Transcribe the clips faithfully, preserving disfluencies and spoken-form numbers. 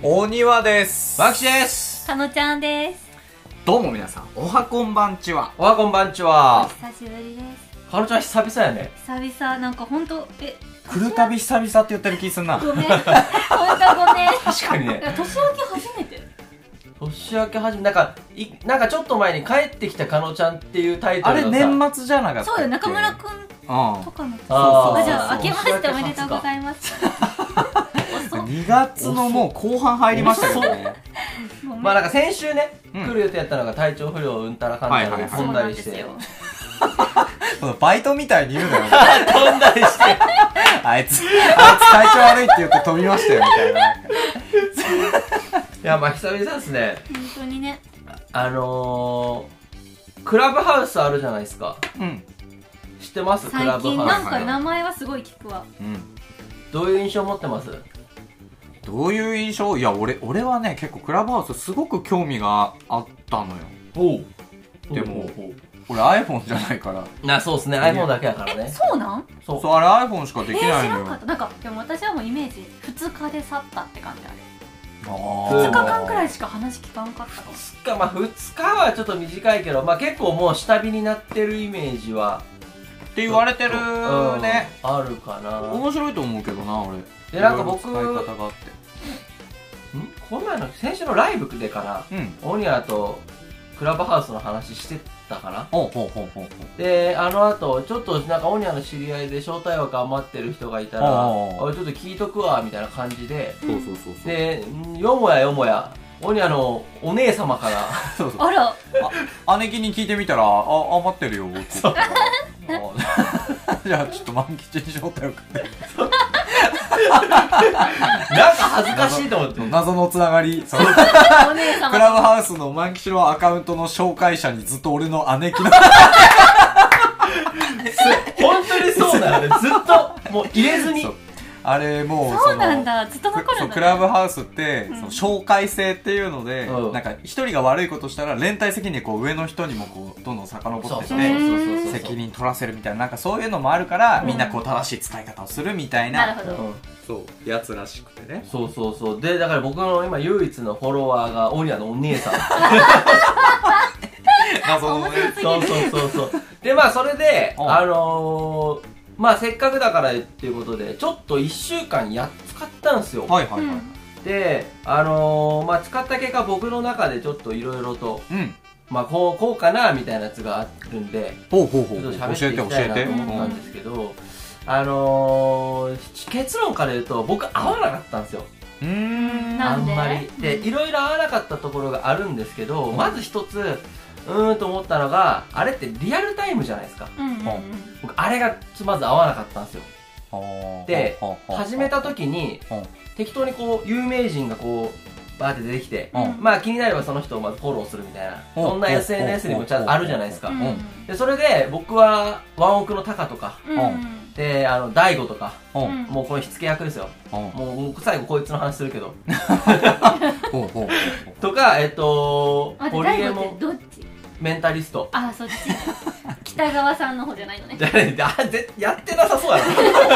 お庭です。 マキシです。 かのちゃんです。 どうも皆さん、おはこんばんちは。 おはこんばんちおは。 久しぶりです。 かのちゃん久々やね。 久々、なんかほんと、え、 来るたび久々って言ってる気すんな。 ごめん。ほんとごめん。 確かにね。 年明け初めて。 年明け始め、なんか、い、なんかちょっと前に帰ってきたかのちゃんっていうタイトあれルのさ。 年末じゃなかったっけ。 そうよ、中村くんうん。 とかの。 あーあ、じゃあ、明けましておめでとうございます。遅っ。 にがつのもう後半入りましたけどね。 ごめんまあなんか先週ね、 うん来る予定やったのが体調不良うんたらかんたらではいはいはい飛んだりして、 そうなんですよ。 このバイトみたいに言うなよ。 飛んだりして、 あいつ、あいつ体調悪いって言って飛びましたよみたいな。 いやまあ久々ですね。 本当にね。 あのー、クラブハウスあるじゃないですか。 うん。 知ってます？ク最ラブ近なんハウス。 か名前はすごい聞くわ。 うん。 どういう印象持ってます？ どういう印象？いや、俺、俺はね、結構クラブハウスすごく興味があったのよ。 おう。 でもほうほうほ俺 iPhone じゃないから。 うな、そうですね。iPhone だけやからね。 そうなん？ そう。 そう、あれ iPhone しかでえー、 きないのよ。 知らんかった。なんか、でも私はもうイメージ、ふつかで去ったって感じある。 あふつふつかかんくらい。 いしか話聞かんかったの。 ふつか、まあふつかはちょっと短いけど、まあ結構もう下火になってるイメージはって言われてるうんね。 あるかな。 面白いと思うけどな、俺。 でなんか僕いろいろ使い方があって。 んこの前の先週のライブでかな、 うん。 オニアとクラブハウスの話してたかな。 ほうほうほうほうほう。 であの後ちょっとなんかオニアの知り合いで招待枠余ってる人がいたら、 ああおいちょっと聞いとくわみたいな感じで、 そうそうそうそう。 でよもやよもやオニアのお姉様からそうそう。 あら、 あ、姉貴に聞いてみたら、あ、余ってるよって言ったから。あじゃあちょっと満吉に招待送って。 なんか恥ずかしいと思って謎のつながり。そのお姉様。 クラブハウスの満吉のアカウントの紹介者にずっと俺の姉貴の。 本当にそうだよね。ずっともう入れずにそうあれもうそうなんだ、ずっと残るんだ、ね。 そうクラブハウスって、 うんその紹介制っていうので、 うんなんか一人が悪いことしたら連帯責任でこう上の人にもこうどんどん遡ってそうそうってそうそう責任取らせるみたいななんかそういうのもあるから、 うんみんなこう正しい伝え方をするみたいななるほど。 うんそうやつらしくてね。 そうそうそう。で、だから僕の今唯一のフォロワーがオニアのお姉さん。 謎のね。 そうそうそうそう。で、まあそれで、 うんあのー、まあせっかくだからっていうことで、ちょっといっしゅうかんやっ使ったんですよ。 はいはいはい。 うん。 で、あのー、まあ使った結果僕の中でちょっといろいろと、 うん。 まあこう、こうかなみたいなやつがあるんで、 ほうほうほうちょっと喋教えて教っていきたいなえて。 と思ったんですけど、あのー、結論から言うと僕合わなかったんですよ。 うーん。 なんであんまり。で、いろいろ合わなかったところがあるんですけど、まず一つ、うーんと思ったのが、あれってリアルタイムじゃないですか。 うんうんうん。 僕、あれがまず合わなかったんですよ。でほうほうほう始めた時に、 ほう適当にこう、有名人がこう、バーって出てきて、 うんまあ気になればその人をまずフォローするみたいな、 うんそんな エスエヌエス にもちゃんとあるじゃないですか。 うんで、それで僕は、ワンオクのタカとか、 うんうん。 で、あの、大悟とか、 ほううんもうこれ火付け役ですよ。 ほうもうもう最後こいつの話するけど。 ほうほうほうとか、えっと、 待って、 ホリエ大悟モンってどっち？ メンタリスト。 あ、そっち。北川さんの方じゃないのね。 誰あぜやってなさそうやな。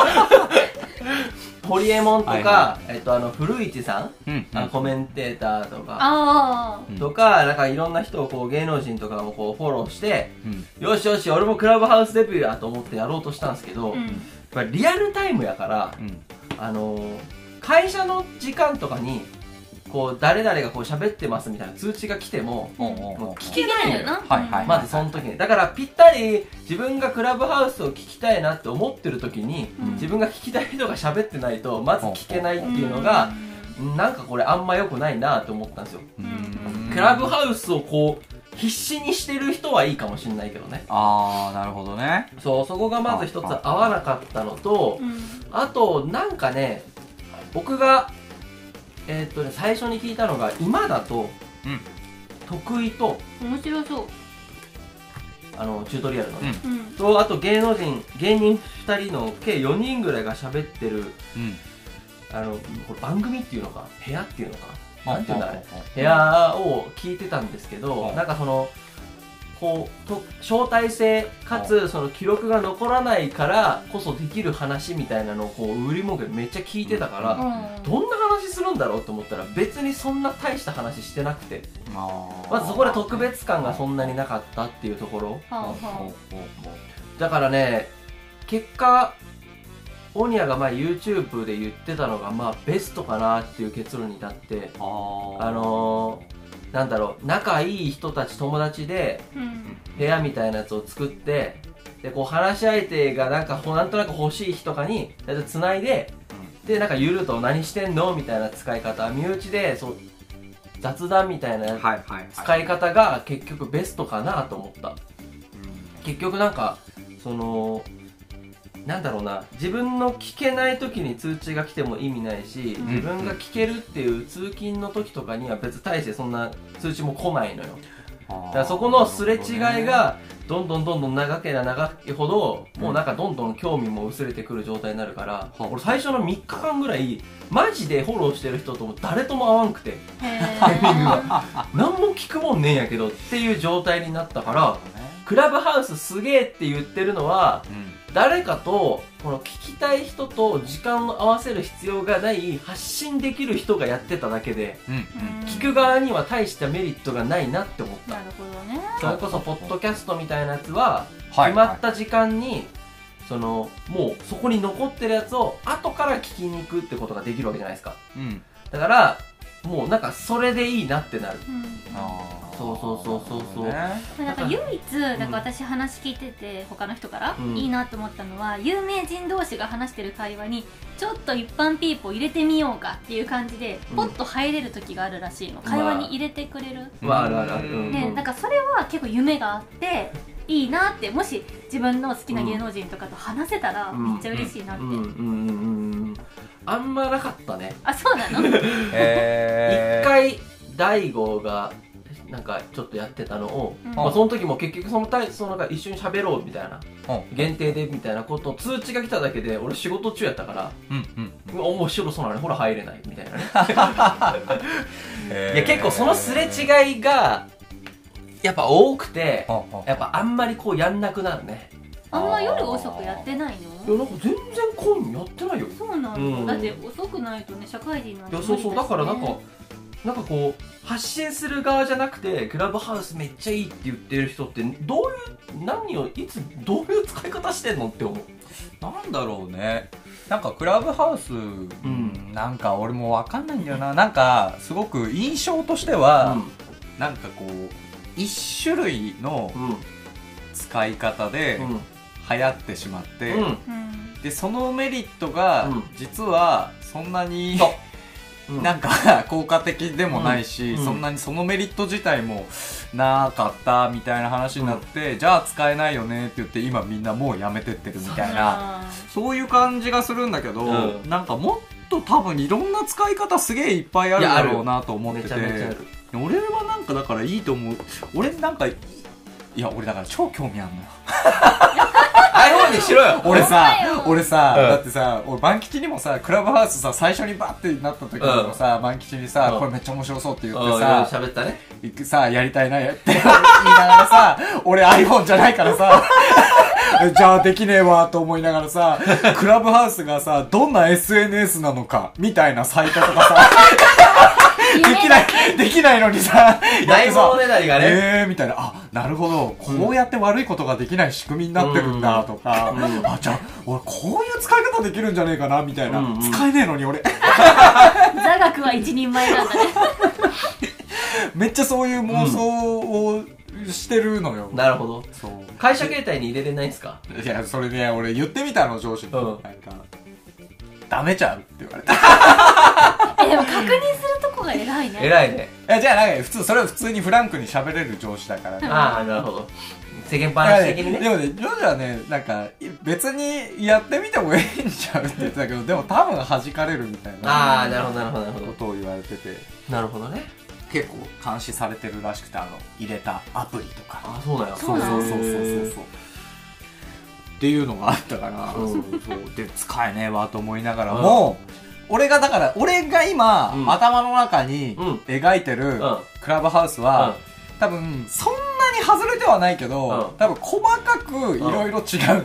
ホリエモンとか、 はいはえっと、あの、古市さん、 うんあのコメンテーターとか、 あうんとか、なんかいろんな人をこう芸能人とかもこうフォローして、 うんよしよし、俺もクラブハウスデビューやと思ってやろうとしたんですけど、 あ。うやっん。 ぱりリアルタイムやから、 うんあのー会社の時間とかに、こう、誰々がこう喋ってますみたいな通知が来ても、 ほうほうほうもう聞けないのよな。 はいはいまずその時に。だからぴったり自分がクラブハウスを聞きたいなって思ってる時に、 うん自分が聞きたい人が喋ってないと、まず聞けないっていうのが、なんかこれあんま良くないなって思ったんですよ。 うーんクラブハウスをこう、必死にしてる人はいいかもしれないけどね。 あーなるほどね。 そう、そこがまず一つ合わなかったのと、 うん。 あと、なんかね、僕が、えーっとね、最初に聞いたのが、今だと、 うん得意と、 面白そう。 あの、チュートリアルのね、 うんうん。 と、あと芸能人、芸人ふたりの計よにんぐらいが喋ってる、 うんあの、これ番組っていうのか、部屋っていうのか、なんていうんだあれ、 ほうほうほう部屋を聞いてたんですけど、 うんなんかその、 こうと招待制かつその記録が残らないからこそできる話みたいなのをこう売り文句でめっちゃ聞いてたから、 うんどんな話するんだろうと思ったら別にそんな大した話してなくて、 あーまずそこで特別感がそんなになかったっていうところはあはほうほうほうだからね、結果オニアが前 YouTube で言ってたのがまあベストかなっていう結論に至って、 あーあのー、なんだろう、仲いい人たち友達であうん部屋みたいなやつを作って、でこう話し相手がなんかほなんとなく欲しい日とかにつないで、でなんかゆると何してんのみたいな使い方、身内でそう雑談みたいなはいはいはい使い方が結局ベストかなと思った。結局なんかそのなんだろうな、自分の聞けない時に通知が来ても意味ないし、 うん自分が聞けるっていう通勤の時とかには別大してそんな通知も来ないのよ。 だだからそこのすれ違いがどんどんどんどん長ければ長いほど、もうなんかどんどん興味も薄れてくる状態になるから、 うん俺最初のみっかかんぐらいマジでフォローしてる人とも誰とも会わんくて、 へタイミングーが何も聞くもんねえんやけどっていう状態になったから、クラブハウスすげえって言ってるのは誰かとこの聞きたい人と時間を合わせる必要がない発信できる人がやってただけで、 うんうん聞く側には大したメリットがないなって思った。 なるほどね。 それこそポッドキャストみたいなやつははい決まった時間にそのもうそこに残ってるやつを後から聞きに行くってことができるわけじゃないですか。 うんだからもうなんかそれでいいなってなる。 うんあーそうそうそうそうそうねなんか唯一なんか私話聞いてて他の人からうんいいなと思ったのは、有名人同士が話してる会話にちょっと一般ピーポー入れてみようかっていう感じでうんポッと入れる時があるらしいの、会話に入れてくれる、 まああるあるあるうんね、なんかそれは結構夢があっていいなって、もし自分の好きな芸能人とかと話せたらめっちゃ嬉しいなって、 うんうんうんうんあんまなかったね。 あ、そうなのえー一回大悟がなんかちょっとやってたのを、 うんまあ、その時も結局その対そのなんか一緒に喋ろうみたいなうん限定でみたいなこと通知が来ただけで俺仕事中やったから、 うんうんうわ面白そうなのにほら入れないみたいなねえーいや結構そのすれ違いがやっぱ多くてはあはあやっぱあんまりこうやんなくなるね。 あんま夜遅くやってないいの？ やなんか全然コインやってないよ。 そうなの、 うんだって遅くないとね社会人なんていやそうそうだからなんかねなんかこう発信する側じゃなくてクラブハウスめっちゃいいって言ってる人ってどういう何をいつどういう使い方してんのって思う。 なんだろうね、なんかクラブハウス、 んなんか俺もわかんないんだよな。なんかすごく印象としては、なんかこう一種類のうん使い方でうん流行ってしまって、 うんうんでそのメリットがうん実はそんなに、 そううんなんか効果的でもないし、 うんそんなにそのメリット自体もなかったみたいな話になって、じゃあ使えないよねって言って今みんなもうやめてってるみたいな、 あそういう感じがするんだけど、 うんなんかもっと多分いろんな使い方すげえいっぱいあるだろうなと思ってて、 めちゃめちゃある。 俺はなんかだからいいと思う。俺なんかいいや俺だから超興味あんのよ iPhone にしろよ。 俺さほんまよ俺さ、 うんだってさ俺バン吉にもさクラブハウスさ最初にバッてなった時にもさ、バン吉にさ、 うんこれめっちゃ面白そうって言うんってさ、 喋ったね。 行くさやりたいなやって言いながらさ俺 iPhone じゃないからさじゃあできねえわと思いながらさクラブハウスがさどんな エスエヌエス なのかみたいなサイトとかさできないできないのにさやって大さ物ねだりがね。 えーみたいな、あ、なるほど、こうやって悪いことができない仕組みになってるんだとか、 うんうんあ、じゃあ、俺こういう使い方できるんじゃねえかなみたいな、 うんうん使えねえのに俺、 座学は一人前なんだねめっちゃそういう妄想をしてるのよ。 なるほど。 そう。 会社携帯に入れれないんすか？ いや、それね、俺言ってみたの、上司に。 うんなんか、ダメちゃうって言われて。 えでも確認するとこが偉いね偉いね。 いや、じゃあなんか、普通、それは普通にフランクに喋れる上司だからね。 ああ、なるほど。世間話的にね。 でもね、ジョージはね、なんか、別にやってみてもええんちゃうって言ってたけど、でも多分弾かれるみたいなああ、なるほど、なるほど、なるほど。 ことを言われてて、 なるほどね。 結構監視されてるらしくて、あの、入れたアプリとか。 ああ、そうだよ。 そうなのそうそうそうそうそう。っていうのがあったから、 うんそうそうで、使えねえわと思いながらも、俺がだから、俺が今、 うん頭の中にうん描いてるうんクラブハウスは、 うん多分、そんなにに外れてはないけど、 うん多分細かくいろいろ違うのよ。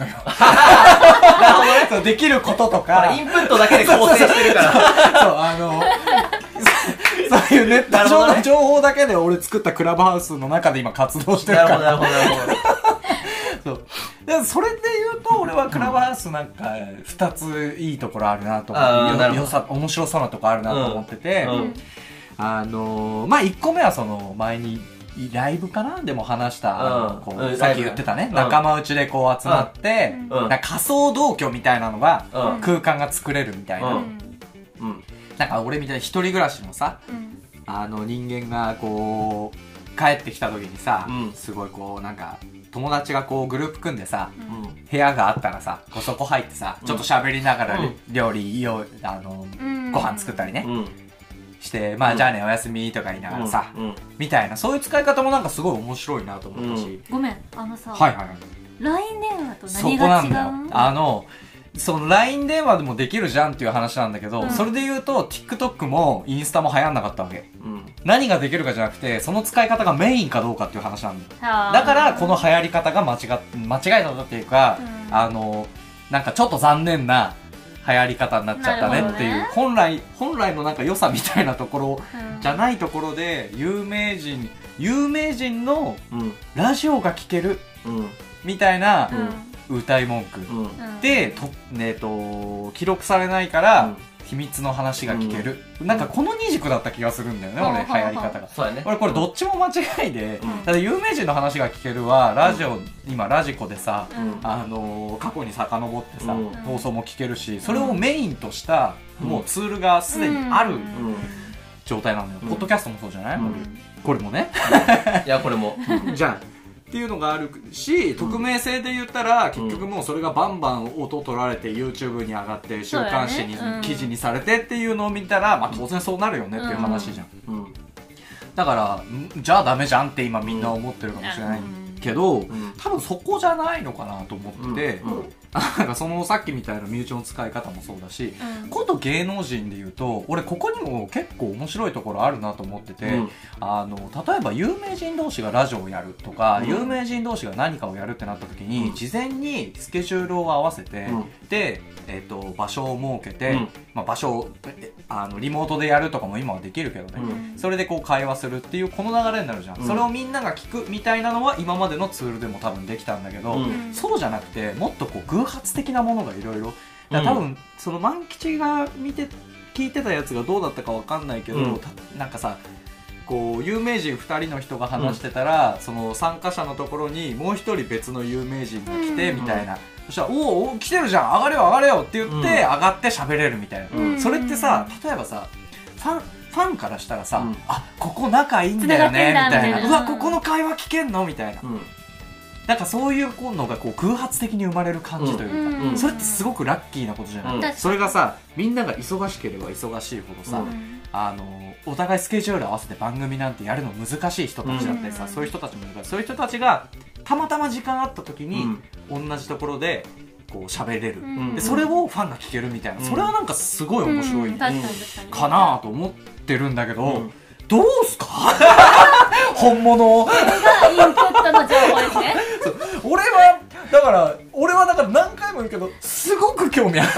そうできることとか。 インプットだけで構成してるから。 そう、あの、そういうネット上の情報だけで俺作ったクラブハウスの中で今活動してるから。 なるほど、なるほど、なるほど。 そう。でそれで言うと、俺はクラブハウスなんか、二ついいところあるなと思って、よさ、面白そうなとこあるなと思ってて、 うんうん、 あのー、まあ、一個目はその、前に、ライブかなでも話した、あの、こう、さっき言ってたね、仲間内でこう集まって、なんか仮想同居みたいなのが、空間が作れるみたいな。なんか俺みたいに一人暮らしのさ、あの人間がこう、帰ってきた時にさ、すごいこう、なんか、友達がこうグループ組んでさ、部屋があったらさ、こうそこ入ってさ、ちょっと喋りながら料理、よあの、ご飯作ったりね。して、まあ、じゃあね、おやすみとか言いながらさ、みたいな、そういう使い方もなんかすごい面白いなと思ったし。 ごめん、あのさ、 はいはいはい。 ライン 電話と何が違う？ そこなんだよ。あの、その ライン 電話でもできるじゃんっていう話なんだけど、それで言うと TikTok もインスタも流行んなかったわけ。何ができるかじゃなくて、その使い方がメインかどうかっていう話なんだよ。だから、この流行り方が間違っ、間違えたっていうか、あの、なんかちょっと残念な、流行り方になっちゃったねっていう、ね、本来本来のなんか良さみたいなところじゃないところで、有名人有名人のラジオが聴けるみたいな歌い文句、うんうん、でと、えー、と記録されないから、うん秘密の話が聞ける、うん、なんかこの二軸だった気がするんだよね、うん、俺流行り方が、 そうだね、 俺これどっちも間違いで、うん、ただ有名人の話が聞けるはラジオ、うん、今ラジコでさ、うん、あのー、過去に遡ってさ、うん、放送も聞けるし、それをメインとした、うん、もうツールがすでにある、うん、状態なんだよ、うん、ポッドキャストもそうじゃない、うん、これもねいやこれもじゃあっていうのがあるし、匿名性で言ったら、結局もうそれがバンバン音取られて YouTube に上がって週刊誌に記事にされてっていうのを見たら、まあ当然そうなるよねっていう話じゃん、うんうん、だからじゃあダメじゃんって今みんな思ってるかもしれないけど、うん、多分そこじゃないのかなと思ってて、うんうん、なんかそのさっきみたいな身内の使い方もそうだし、うん、今度芸能人で言うと俺ここにも結構面白いところあるなと思ってて、うん、あの例えば有名人同士がラジオをやるとか、うん、有名人同士が何かをやるってなった時に、うん、事前にスケジュールを合わせて、うん、で、えー、と場所を設けて、うんまあ、場所をあのリモートでやるとかも今はできるけどね、うん、それでこう会話するっていうこの流れになるじゃん、うん、それをみんなが聞くみたいなのは今までのツールでも多分できたんだけど、うん、そうじゃなくてもっとこう偶発的なものがいろいろ多分その万吉が見て聞いてたやつがどうだったかわかんないけど、うん、なんかさこう有名人ふたりの人が話してたら、うん、その参加者のところにもうひとり別の有名人が来てみたいな、うん、そしたら「おお来てるじゃん上がれよ上がれよ」って言って、うん、上がって喋れるみたいな、うん、それってさ例えばさファンファンからしたらさ、うん、あここ仲いいんだよねみたいな、うわここの会話聞けんのみたいな、うん、なんかそういうのがこう偶発的に生まれる感じというか、うん、それってすごくラッキーなことじゃない、うん、それがさみんなが忙しければ忙しいほどさ、うん、あのお互いスケジュール合わせて番組なんてやるの難しい人たちだったりさ、うん、そういう人たちもいるからそういう人たちがたまたま時間あった時に、うん、同じところでこう喋れる、うん、でそれをファンが聞けるみたいな、うん、それはなんかすごい面白い、うん、かなと思ってるんだけど、うん、どうすか本物それがインプットの情報ですね俺はだから俺はだから何回も言うけどすごく興味ある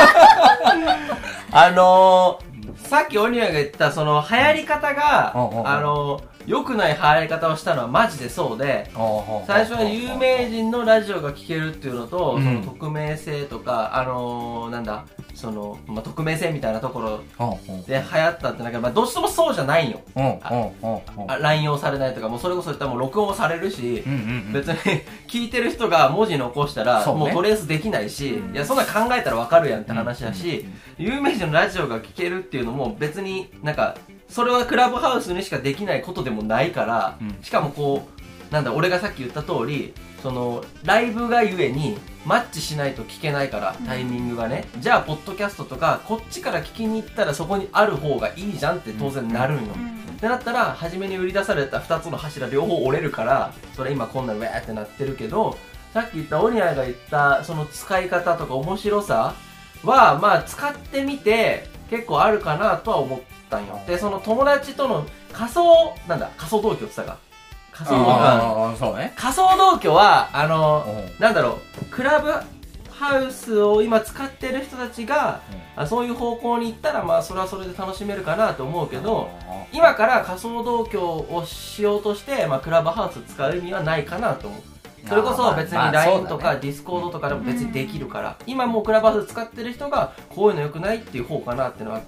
あのー、さっきオニアが言ったその流行り方が、うん、あのー良くない流行り方をしたのはマジでそうで、最初は有名人のラジオが聴けるっていうのと、その匿名性とか、あのー、なんだ、その、まあ、匿名性みたいなところで流行ったってなんか、まあ、どうしてもそうじゃないよ。乱用されないとか、もうそれこそ言ったらもう録音されるし、別に聞いてる人が文字残したら、もうトレースできないし、いや、そんな考えたらわかるやんって話だし、有名人のラジオが聴けるっていうのも別になんか、それはクラブハウスにしかできないことでもないから、うん、しかもこうなんだ俺がさっき言った通りそのライブがゆえにマッチしないと聞けないからタイミングがね、うん、じゃあポッドキャストとかこっちから聞きに行ったらそこにある方がいいじゃんって当然なるんよ、うん、ってなったら初めに売り出されたふたつの柱両方折れるからそれ今こんなウェーってなってるけどさっき言ったオニアが言ったその使い方とか面白さはまあ使ってみて結構あるかなとは思ってでその友達との仮想なんだ仮想同居って言ったか仮想同居ああそうね。 仮想同居はあのうんなんだろうクラブハウスを今使ってる人たちが、あそういう方向に行ったらまあそれはそれで楽しめるかなと思うけど、今から仮想同居をしようとして、まあ、クラブハウス使う意味はないかなと思う。それこそ別に ライン とか Discord とかでも別にできるから、今もうクラブハウス使ってる人がこういうの良くないっていう方かなっていうのがあって、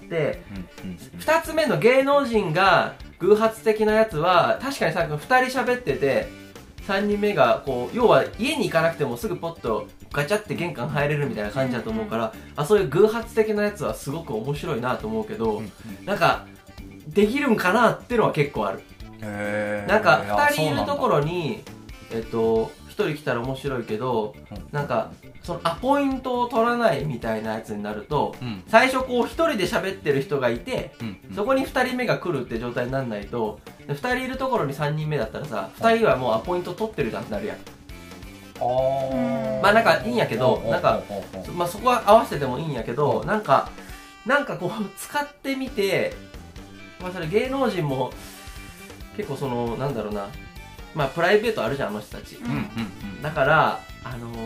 ふたつめの芸能人が偶発的なやつは確かにさふたり喋っててさんにんめがこう要は家に行かなくてもすぐポッとガチャって玄関入れるみたいな感じだと思うから、あそういう偶発的なやつはすごく面白いなと思うけど、なんかできるんかなっていうのは結構ある。なんかふたりいるところにえっとひとり来たら面白いけど、なんかそのアポイントを取らないみたいなやつになると、最初こうひとりで喋ってる人がいて、そこにふたりめが来るって状態にならないと、ふたりいるところにさんにんめだったらさ、ふたりはもうアポイント取ってるじゃんってなるやん。まあなんかいいんやけど、なんかまあそこは合わせてもいいんやけど、なんかなんかこう使ってみて、まあそれ芸能人も結構そのなんだろうな、まあプライベートあるじゃんあの人たち。だからあの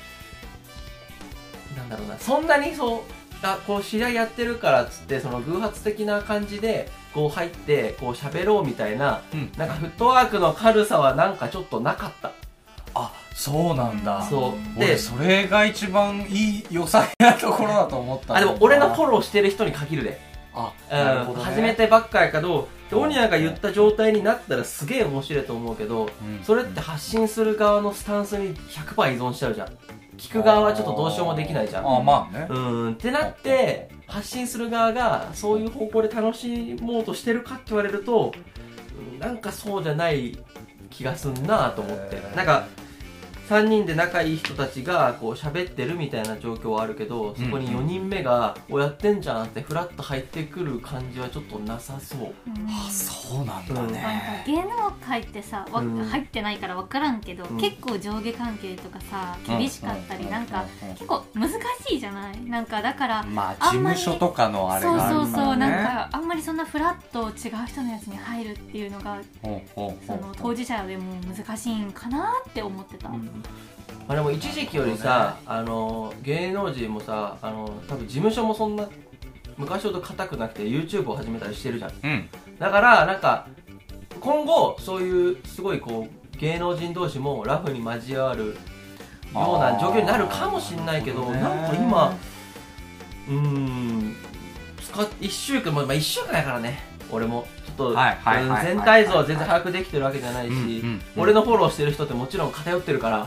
なんだろうな、そんなにそうあこう知り合いやってるからっつってその偶発的な感じでこう入ってこう喋ろうみたいな、うん、なんかフットワークの軽さはなんかちょっとなかった。 あ、そうなんだ。 そうでそれが一番いい良さなところだと思ったんだ。 あでも俺のフォローしてる人に限るで。 あ、 なるほどね。初めてばっかやけどオニアが言った状態になったらすげえ面白いと思うけど、うん、それって発信する側のスタンスに ひゃくパーセント 依存しちゃうじゃん。聞く側はちょっとどうしようもできないじゃん。 ああまあね。 うんってなって発信する側がそういう方向で楽しもうとしてるかって言われるとなんかそうじゃない気がすんなと思って、なんかさんにんで仲いい人たちがこう喋ってるみたいな状況はあるけど、そこによにんめが「おやってんじゃん」ってフラッと入ってくる感じはちょっとなさそう。 あ、そうなんだね。 芸能界ってさ、わ入ってないから分からんけど、結構上下関係とかさ厳しかったり、なんか結構難しいじゃない。なんかだからまあ事務所とかのあれがあるからね。 そうそうそう、なんかあんまりそんなフラッと違う人のやつに入るっていうのがその当事者でも難しいんかなって思ってた。 あでも一時期よりさ、あの芸能人もさ、あの多分事務所もそんな昔ほど硬くなくて YouTube を始めたりしてるじゃん、うん、だからなんか今後そういうすごいこう芸能人同士もラフに交わるような状況になるかもしれないけど、なんか今うーんいっしゅうかん、まあいっしゅうかんやからね、俺もちょっと全体像は全然把握できてるわけじゃないし、俺のフォローしてる人ってもちろん偏ってるから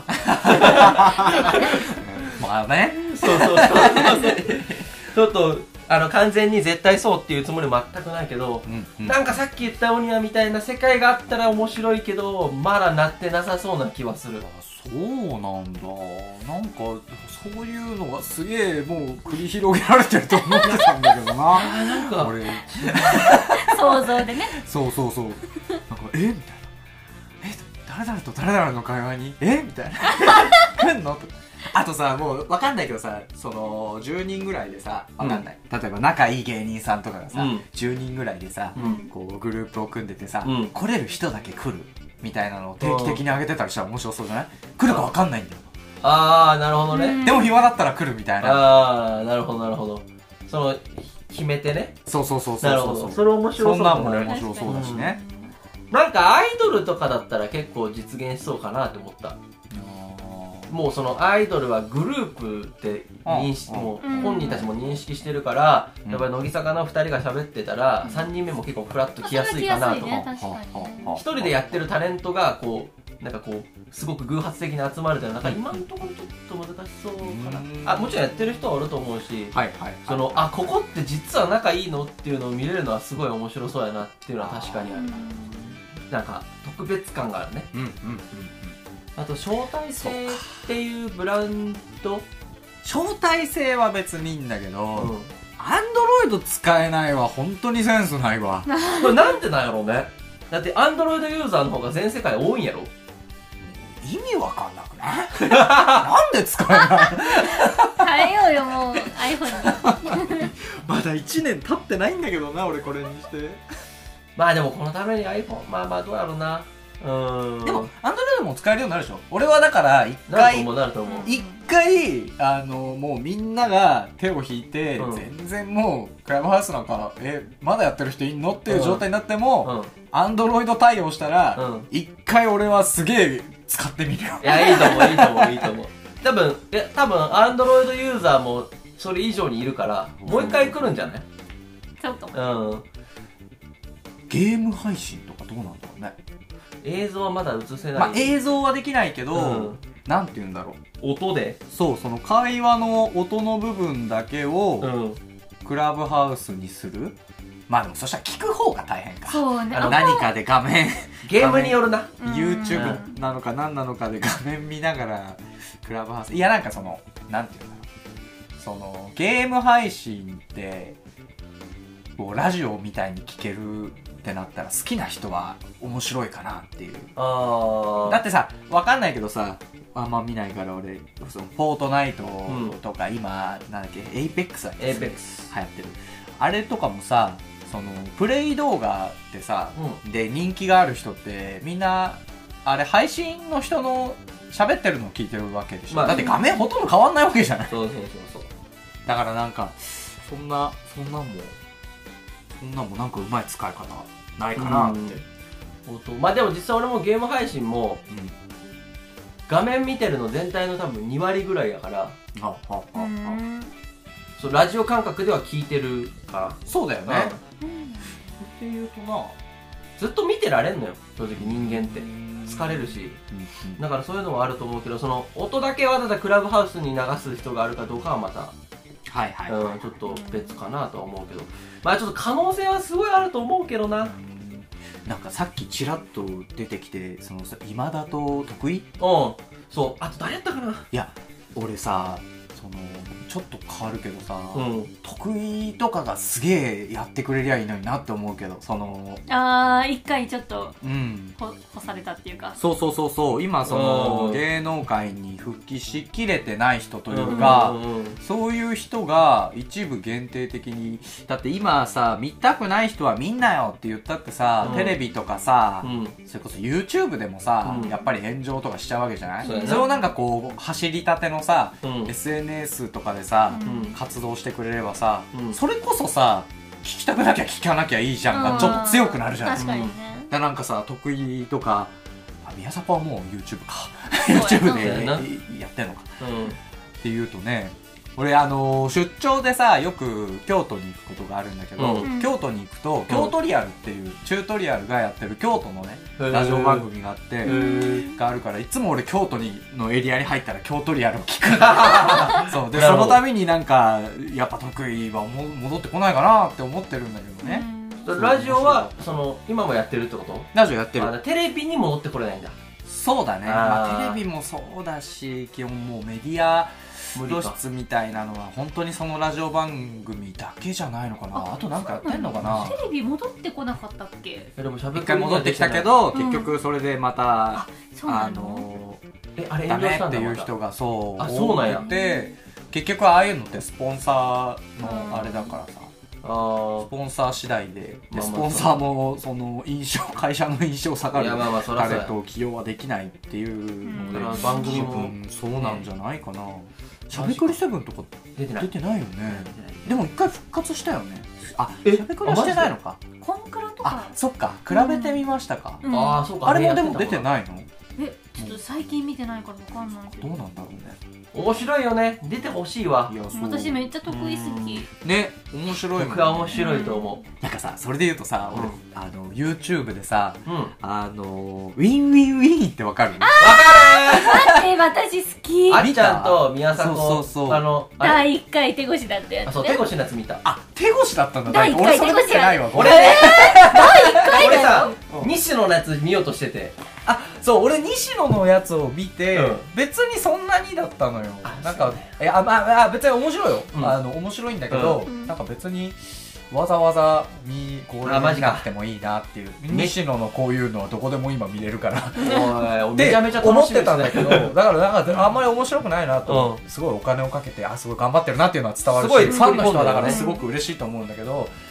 まあね、 そうそうそうちょっとあの完全に絶対そうっていうつもり全くないけど、うんうん、なんかさっき言ったオニアみたいな世界があったら面白いけどまだなってなさそうな気はする。 そうなんだ。なんかそういうのがすげえもう繰り広げられてると思ってたんだけどななんか俺想像でねそうそうそうなんかえみたいな、え誰々と誰々の会話にえみたいな来んのとか。あとさ、もう分かんないけどさ、そのじゅうにんぐらいでさ、分かんない、うん、例えば仲いい芸人さんとかがさ、うん、じゅうにんぐらいでさ、うん、こうグループを組んでてさ、うん、来れる人だけ来るみたいなのを定期的に上げてたりしたら面白そうじゃない？来るか分かんないんだよ。 あーなるほどね。 でも暇だったら来るみたいな。 あーなるほどなるほど。その決めてね。 そうそうそうそう。 なるほど。それ面白そうだね。 そんなんも面白そうだしね、 うん、なんかアイドルとかだったら結構実現しそうかなって思った。もうそのアイドルはグループって認識、もう本人たちも認識してるから、やっぱり乃木坂のふたりが喋ってたら、さんにんめも結構フラッと来やすいかなとか、ひとりでやってるタレントがこうなんかこうすごく偶発的に集まるというのはなんか今のところちょっと難しそうかな。あもちろんやってる人はおると思うし、はいはい、そのあここって実は仲いいのっていうのを見れるのはすごい面白そうやなっていうのは確かにある。なんか特別感があるね。うんうんうん。あと招待制っていうブランド、 招待制は別にいいんだけど、アンドロイド使えないは本当にセンスないわ。 これなんでなんやろうね。だってアンドロイドユーザーの方が全世界多いんやろ。 意味わかんなくないなんで使えない変えようよもう iPhone にまだいちねん経ってないんだけどな俺これにして。 まあでもこのために iPhone まあまあどうやろうな。 うんでもアンドロイドも使えるようになるでしょ。俺はだから一回なると思うなると思う一回あのもうみんなが手を引いて、 うん全然もうクラブハウスなんかえまだやってる人いんのっていう状態になってうもんアンドロイド対応したらうん一、回俺はすげえ使ってみるよ。 いやいいと思ういいと思ういいと思う多分いや多分アンドロイドユーザーもそれ以上にいるからもう一回来るんじゃない？ そうかも。 うんゲーム配信とかどうなんだろうね。 映像はまだ映せない、 まあ映像はできないけど、 うんなんて言うんだろう。 音でそう、その会話の音の部分だけをうんクラブハウスにする。まあでもそしたら聞く方が大変か。 そうね。 あの何かで画面ゲームによるなうん YouTube なのか何なのかで画面見ながらクラブハウス、いやなんかそのなんていうんだろう、そのゲーム配信ってこうラジオみたいに聞けるってなったら好きな人は面白いかなっていう。 あだってさ、わかんないけどさ、あんま見ないから俺、そのフォートナイトとか今、なんだっけ、エイペックスだっけ、 エイペックス流行ってる。あれとかもさ、そのプレイ動画ってさ、 うで人気がある人ってみんなあれ配信の人の喋ってるのを聞いてるわけでしょ、 まあだって画面ほとんど変わんないわけじゃない。 そうそうそうそうだからなんかそんなそんなんもそんなんもなんかうまい使い方ないかなって、 うん音まあでも実際俺もゲーム配信もうん画面見てるの全体の多分に割ぐらいやからはははうはんそうラジオ感覚では聞いてるかそうだよね、 ら、うんっていうとなずっと見てられんのよ正直人間って疲れるしうんうんだからそういうのはあると思うけどその音だけわざわざクラブハウスに流す人があるかどうかはまた、 はいはい、 うん、ちょっと別かなとは思うけどまあちょっと可能性はすごいあると思うけどななんかさっきちらっと出てきてそのさ今だと得意、 うんそうあと誰やったかないや俺さそのちょっと変わるけどさ、 うん得意とかがすげえやってくれりゃいいのになって思うけどそのあー一回ちょっとうんほ干されたっていうか。 そうそうそうそう今そうんの芸能界に復帰しきれてない人というか、 うんうんうんそういう人が一部限定的にだって今さ見たくない人は見んなよって言ったってさ、 うんテレビとかさ、 うんそれこそ YouTube でもさ、 うんやっぱり炎上とかしちゃうわけじゃない、 そうやなそれをなんかこう走りたてのさ、 うんエスエヌエス とかでさ、 うんうん活動してくれればさ、 うんそれこそさ聞きたくなきゃ聞かなきゃいいじゃんか、 うんちょっと強くなるじゃん。 確かにね。 だなんかさ得意とかあ宮迫はもう YouTube かそうや YouTube そうやなでやってんのかうんっていうとね、俺あのー出張でさよく京都に行くことがあるんだけど、 うん京都に行くと京都リアルっていうチュートリアルがやってる京都のねラジオ番組があって、 へーがあるからいつも俺京都にのエリアに入ったら京都リアルを聞くそうでそなるほどのためになんかやっぱ得意はも戻ってこないかなって思ってるんだけどね、 うんラジオはその今もやってるってことラジオやってる、 あテレビに戻ってこれないんだそうだね、 あーまあ、テレビもそうだし基本もうメディア露無理か出みたいなのは本当にそのラジオ番組だけじゃないのかな。あとなんかやってんのかな。 テレビ戻ってこなかったっけ？ えでもしゃべ一回戻ってきたけど、 うん結局それでまた、あそうなの？ のえあれダメ炎上したんだっていう人まがそうあそうなんや多くて結局ああいうのってスポンサーのあれだからさ、 たあスポンサー次第ででまあまあスポンサーもその印象会社の印象下がるいやまあまあそらそうやタレントを起用はできないっていうので、 うんそれは番組も多分そうなんじゃないかな。しゃべくりセブンとか出てない出てないよね。でも一回復活したよね。あ、 えしゃべくりはしてないのか。 コンクラとあか、 そっか。比べてみましたか。 うんああそうかあれもでも出ていないの？ えちょっと最近見てないからわかんないけど。 どうなんだろうね。 面白いよね出てほしいわいや、そう。 私めっちゃ得意好き。 ね、面白いもんね。 僕は面白いと思なんかさ、それで言うとさ、俺うんあの YouTube でさ、 ううんわかあのウィンウィンウィンってわかる？ え私好き。 あっちゃんと宮迫そうそうそうあのあれ第一回手越しだったやつね。 あそう手越しのやつ見たあ、手越しだったんだ。 第一回俺それ見てないわ。 俺ごめんね回だ俺さよ西野のやつ見ようとしててあ、そう、俺西野のやつを見て、 うん別にそんなにだったのよあ。 なんかそうね、 いや、まあ、あ別に面白いよ。 うんあの、面白いんだけど、 うんなんか別に、わざわざ見、これあマジか見なくてもいいなっていう。西野のこういうのはどこでも今見れるから。 おいでめちゃめちゃ思っ楽しみてたんだけど、だからなんかあんまり面白くないなと、 うすごいお金をかけて、あ、すごい頑張ってるなっていうのは伝わるし、 すごいファンの人はだからねすごく嬉しいと思うんだけど、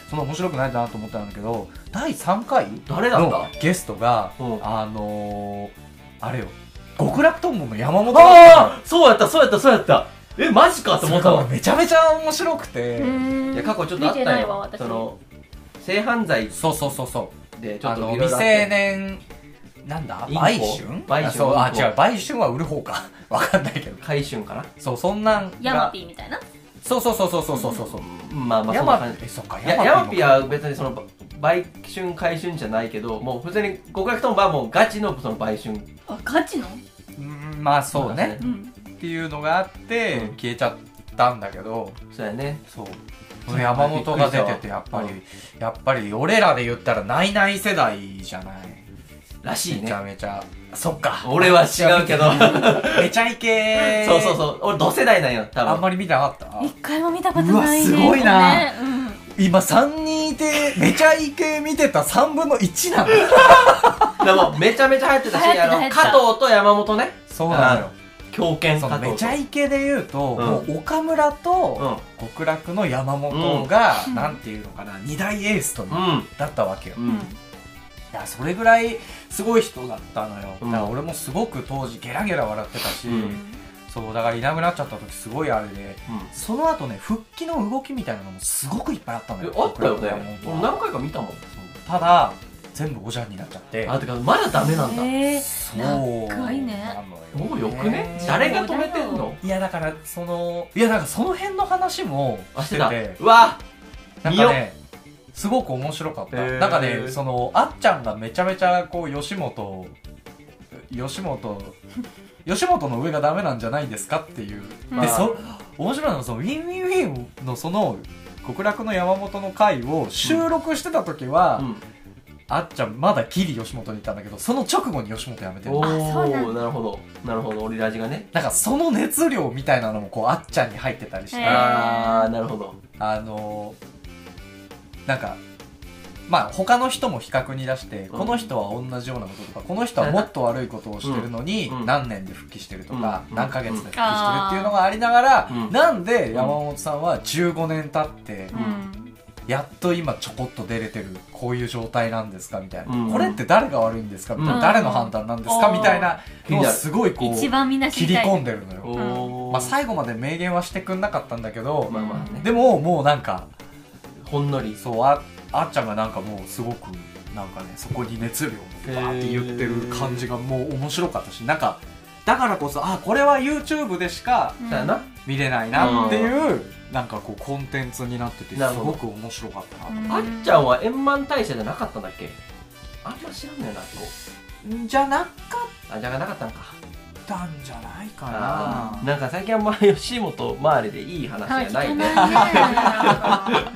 そんな面白くないなと思ったんだけど、だいさんかい誰だったのゲストが、 うんあのー、あれよ、極楽とんぼの山本あだったの。 あそうやったそうやったそうやったえマジかって思ったの。 めちゃめちゃ面白くて、 いや過去ちょっとあった見てないわよ。 私その性犯罪そうそうそうそでちょっう、あのといろいろあっ未成て年なんだインコ売春売春あそうあインコ違う売春は売る方かわかんないけど、 回春かな。 そうそんなんヤマがピーみたいな。 そうそうそうそうそうそうそうまあまあヤマそんな感じ。 えそっかいやヤマピーはも別にその売春回春じゃないけど、もう普通に極楽とんぼはもうガチのその売春。 あガチの。 うんまあそうねうん。 っていうのがあって、 うん消えちゃったんだけど、 そうやね。 そうその山本が出ててやっぱり、やっぱり俺らで言ったらナイナイ世代じゃないらしいめちゃね。 めちゃそっか俺は違うけど。 めちゃイケそうそうそう。俺同世代なんよ多分。 あんまり見てなかった一回も見たことないね。 うわすごいなねうん。 今さんにんいてめちゃイケ見てたさんぶんのいちなのでもめちゃめちゃ流行ってたし、 流行ってたあの流行ってた加藤と山本ね。 そうなのよ狂犬その加藤と。 めちゃイケで言うと、 うんもう岡村とうん極楽の山本が、 うんなんていうのかな二大エースとなうんだったわけよ、いうんやそれぐらいすごい人だったのよ、 うんだから俺もすごく当時ゲラゲラ笑ってたし、 うんそうだからいなくなっちゃった時すごいあれで、その後ね復帰の動きみたいなのもすごくいっぱいあったのよ。 えあったよね極楽の山本は俺何回か見たもん。 ただ全部おじゃんになっちゃってあてかまだダメなんだ。 えー。 そう長いねなのよもうよくね。誰が止めてんの。 いやだからそのいやなんかその辺の話もあしてた。 しててうわなんかねすごく面白かった、 へーなんかねそのあっちゃんがめちゃめちゃこう吉本吉本吉本の上がダメなんじゃないですかっていう、 まあでそ面白いのはそのウィンウィンウィンのその極楽の山本の回を収録してた時は、 うんあっちゃんまだギリ吉本にいたんだけどその直後に吉本辞めてるおあそうなんおなるほどなるほど。オリラジがね。 なんかその熱量みたいなのもこうあっちゃんに入ってたりして、 へーああなるほど。 あのー、なんかまあ他の人も比較に出して、 うんこの人は同じようなこととかこの人はもっと悪いことをしてるのにうん何年で復帰してるとか、 うん何ヶ月で復帰してるっていうのがありながら、 うんなんで山本さんはじゅうごねん経ってうん。 やっと今ちょこっと出れてるこういう状態なんですかみたいな、 うんこれって誰が悪いんですかみたいな、 うん誰の判断なんですかみたいなのをすごいこう一番みんな知切りりたい。 込んでるのよ、 おおまあ、最後まで明言はしてくんなかったんだけど、 まあまあね。 でももうなんかほんのり。 そうああっちゃんがなんかもうすごくなんかねそこに熱量をバーって言ってる感じがもう面白かったし、なんかだからこそあこれは YouTube でしかうんそうやな。 見れないなっていう、なんかこうコンテンツになっててすなるほどごく面白かったなうんあっちゃんは円満大社じゃなかったんだっけ。あんま知らんねんなそこ。 んじゃなかっあじゃなかったんか。 たんじゃないかなあーなんか最近はまあ吉本周りでいい話はい、聞がないね。 けないね。なんか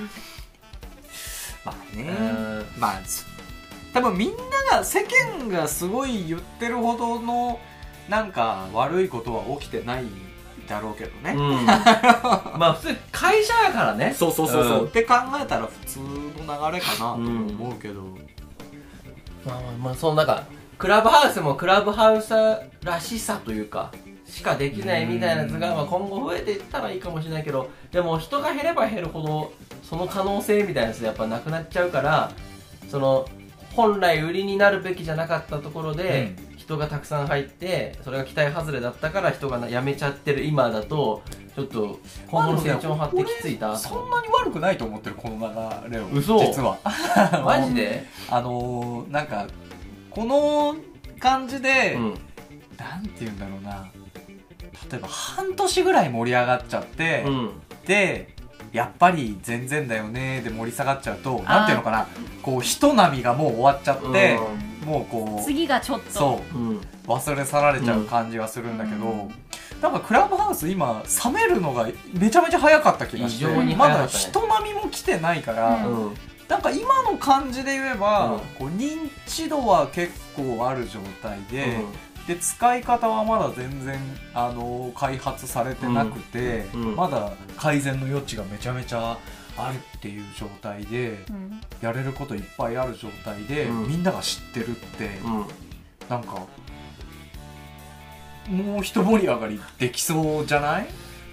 まあねうんまあそ多分みんなが世間がすごい言ってるほどのなんか悪いことは起きてないだろうけどね、 うん、まあ普通会社やからね。 そうそうそうそう、 うんって考えたら普通の流れかなと思うけど、 まあまあまあそのなんかクラブハウスもクラブハウスらしさというかしかできないみたいなやつが、まあ、今後増えていったらいいかもしれないけど、でも人が減れば減るほどその可能性みたいなやつやっぱなくなっちゃうから、その本来売りになるべきじゃなかったところで、人がたくさん入ってそれが期待外れだったから人が辞めちゃってる今だとちょっと今後の成長を張ってきついた。 そんなに悪くないと思ってるこの流れを嘘実はマジであのー、なんかこの感じで、 うんなんて言うんだろうな、例えば半年ぐらい盛り上がっちゃって、 うんでやっぱり全然だよねで盛り下がっちゃうとなんていうのかな、こう人波がもう終わっちゃって、もうこう次がちょっとそううん忘れ去られちゃう感じがするんだけど、うん、なんかクラブハウス今冷めるのがめちゃめちゃ早かった気がして、 異常にまだ早かったね人波も来てないから、 うんなんか今の感じで言えば、 うんこう認知度は結構ある状態で、 うんで使い方はまだ全然、あのー開発されてなくて、 うんうんまだ改善の余地がめちゃめちゃあるっていう状態で、 うんやれることいっぱいある状態で、 うんみんなが知ってるって、 うんなんかもう一盛り上がりできそうじゃない？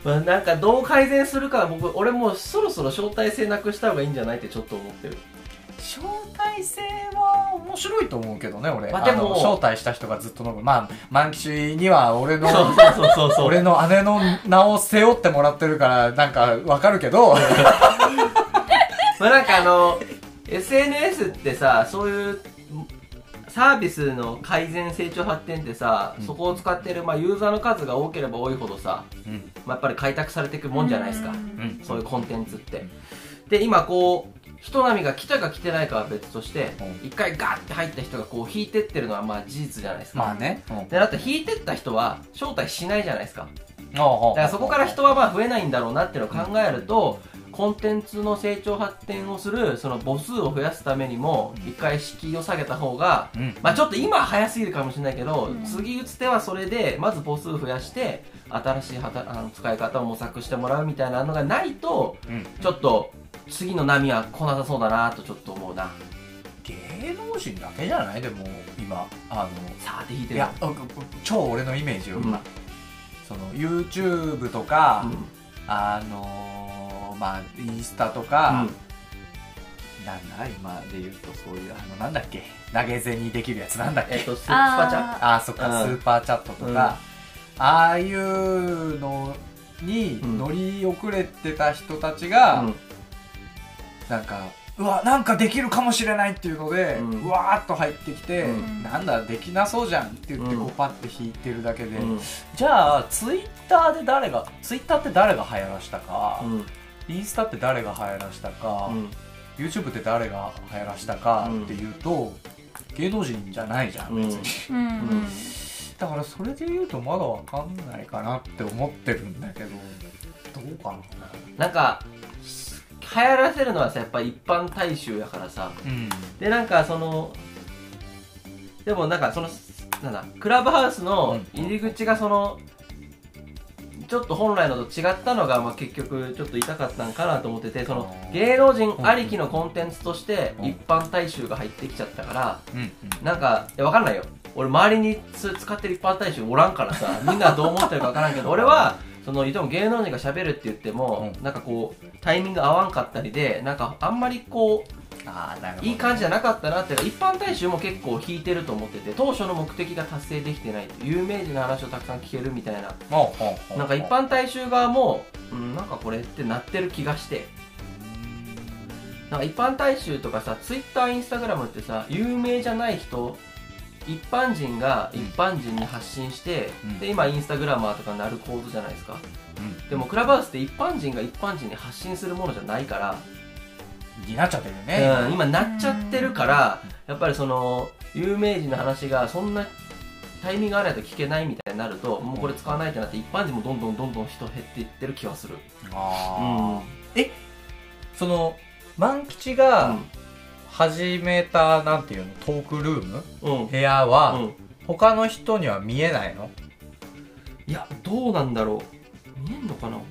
まあなんかどう改善するか僕俺もうそろそろ招待制なくした方がいいんじゃないってちょっと思ってる。 招待制は面白いと思うけどね俺、 まあでもあの招待した人がずっと飲む。まあ万吉には俺のそうそうそうそう俺の姉の名を背負ってもらってるからなんかわかるけどまあなんかあの エスエヌエス ってさそういうサービスの改善成長発展ってさ、うん、そこを使ってる、まあ、ユーザーの数が多ければ多いほどさ、うんまあ、やっぱり開拓されていくもんじゃないですか、うん、そういうコンテンツってで今こう人波が来たか来てないかは別として一、うん、回ガーって入った人がこう引いてってるのはまあ事実じゃないですか。 まあね、 うん、でだって引いてった人は招待しないじゃないですか。だからそこから人はまあ増えないんだろうなっていうのを考えると、うん、コンテンツの成長発展をするその母数を増やすためにも一回敷居を下げた方が、うん、まあちょっと今は早すぎるかもしれないけど、うん、次打つ手はそれでまず母数増やして新しいはたあの使い方を模索してもらうみたいなのがないと、うん、ちょっと次の波は来なさそうだなとちょっと思うな。 芸能人だけじゃないでも今あのさーって引いてる。 いや超俺のイメージよ、うん、その YouTube とか、うん、あのー、まあインスタとか、うん、なんだ今で言うとそういうあのなんだっけ投げ銭できるやつなんだっけ、 えっとスーパーチャットああそっか、うん、スーパーチャットとか、うん、ああいうのに乗り遅れてた人たちが、うん、なんかうわなんかできるかもしれないっていうので、うん、うわーっと入ってきて、うん、なんだできなそうじゃんって言ってこうパッて引いてるだけで、うん、じゃあツイッターで誰がツイッターって誰が流行らしたか、うん、インスタって誰が流行らしたか、うん、YouTube って誰が流行らしたかっていうと、芸能人じゃないじゃん別に、うんうん、だからそれで言うとまだわかんないかなって思ってるんだけどどうかな。 なんか流行らせるのはさやっぱ一般大衆やからさ、うん、でなんかそのでもなんかそのなんだクラブハウスの入り口がそのちょっと本来のと違ったのが、まあ、結局ちょっと痛かったんかなと思っててその芸能人ありきのコンテンツとして一般大衆が入ってきちゃったから、うんうん、なんかいや分かんないよ俺周りに使ってる一般大衆おらんからさみんなどう思ってるか分からんけど俺はそのいても芸能人が喋るって言っても、うん、なんかこうタイミング合わんかったりでなんかあんまりこうあなるほど、ね、いい感じじゃなかったなっていうか一般大衆も結構引いてると思ってて当初の目的が達成できてない有名人の話をたくさん聞けるみたいななんか一般大衆側も、うん、なんかこれってなってる気がしてなんか一般大衆とかさツイッターインスタグラムってさ有名じゃない人一般人が一般人に発信して、うん、で今インスタグラマーとかなる構図じゃないですか、うん、でもクラブハウスって一般人が一般人に発信するものじゃないからになっちゃってるよね、 うん、今なっちゃってるからやっぱりその有名人の話がそんなタイミングがないと聞けないみたいになるともうこれ使わないってなって一般人もどんどんどんどん人減っていってる気はする。 あ、うん、えその万吉が、うん始めたなんていうのトークルーム、うん、部屋は、うん、他の人には見えないの？ いやどうなんだろう見えんのかな。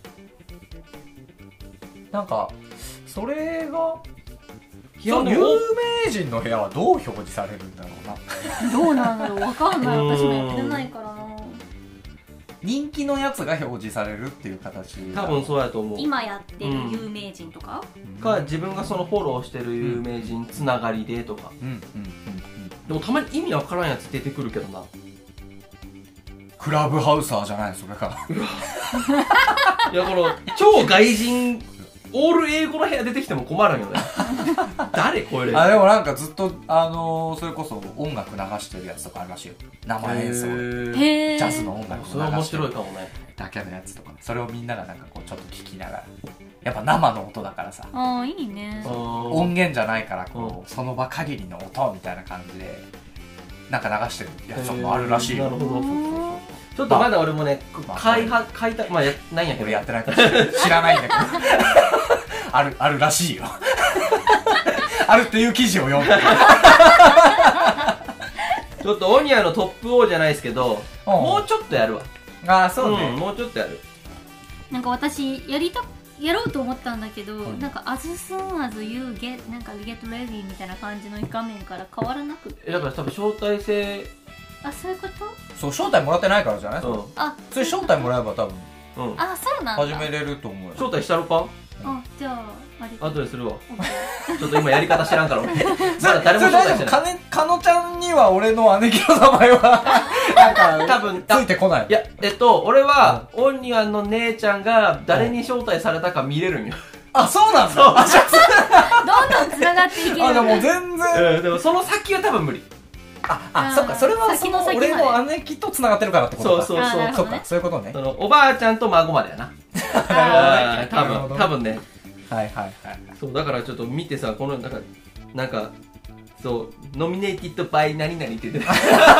なんかそれが有名人の部屋はどう表示されるんだろうな。どうなんだろうわかんない私もやってないからな。 人気のやつが表示されるっていう形。 多分そうやと思う。 今やってる有名人とか、 うん、か自分がそのフォローしてる有名人つながりでとか、うんうんうんうん、でもたまに意味わからんやつ出てくるけどな。 クラブハウサーじゃないそれか。 いやこの超外人オール英語の部屋出てきても困るんよね。誰これ。 あでもなんかずっとあのー、それこそ音楽流してるやつとかあるらしいよ。生演奏でジャズの音楽を流してる。 それ面白いかもね。 だけのやつとかそれをみんながなんかこうちょっと聞きながらやっぱ生の音だからさあいいね音源じゃないからこうその場限りの音みたいな感じでなんか流してるやつもあるらしいよ。 なるほど。ちょっとまだ俺もね、まあ、買いは買いたいまあやないんやけど俺やってないから知らないんだけどあるあるらしいよあるっていう記事を読んでちょっとオニアのトップオーじゃないですけどもうちょっとやるわ。 ああそうね、 うん、もうちょっとやる。 なんか私やりたやろうと思ったんだけど、うん、なんか as soon as you get なんか get ready みたいな感じの画面から変わらなくてだから多分招待制あそういうこと？ そう招待もらってないからじゃない？ うん、 あそれ招待もらえば多分うん。 あ、そうなんだ。 始めれると思うよ。 招待したろか？ あ、じゃああれ後でするわ。 オッケーちょっと今やり方知らんから俺。まだ誰も招それ大丈夫？ 待してない。 かね、かのちゃんには俺の姉貴の名前は、なんか、 多分ついてこない。 いや、えっと、俺は、オンニワンの姉ちゃんが誰に招待されたか見れるんよ。 あ、そうなんだ。 そうあ、じゃどんどん繋がっていける。 あ、あ、でも全然。 うん、でもその先は多分無理。 あ、 ああ、そっか、それはその先の先まで俺の姉貴と繋がってるからってことか。 そうそうそうあなるほどねそっか、そういうことね。 その、おばあちゃんと孫までやな。 ああー多分、多分ね。 はいはいはい。 そう、だからちょっと見てさ、この、なんか、なんか、そう、ノミネーティッドバイ何々って言ってた。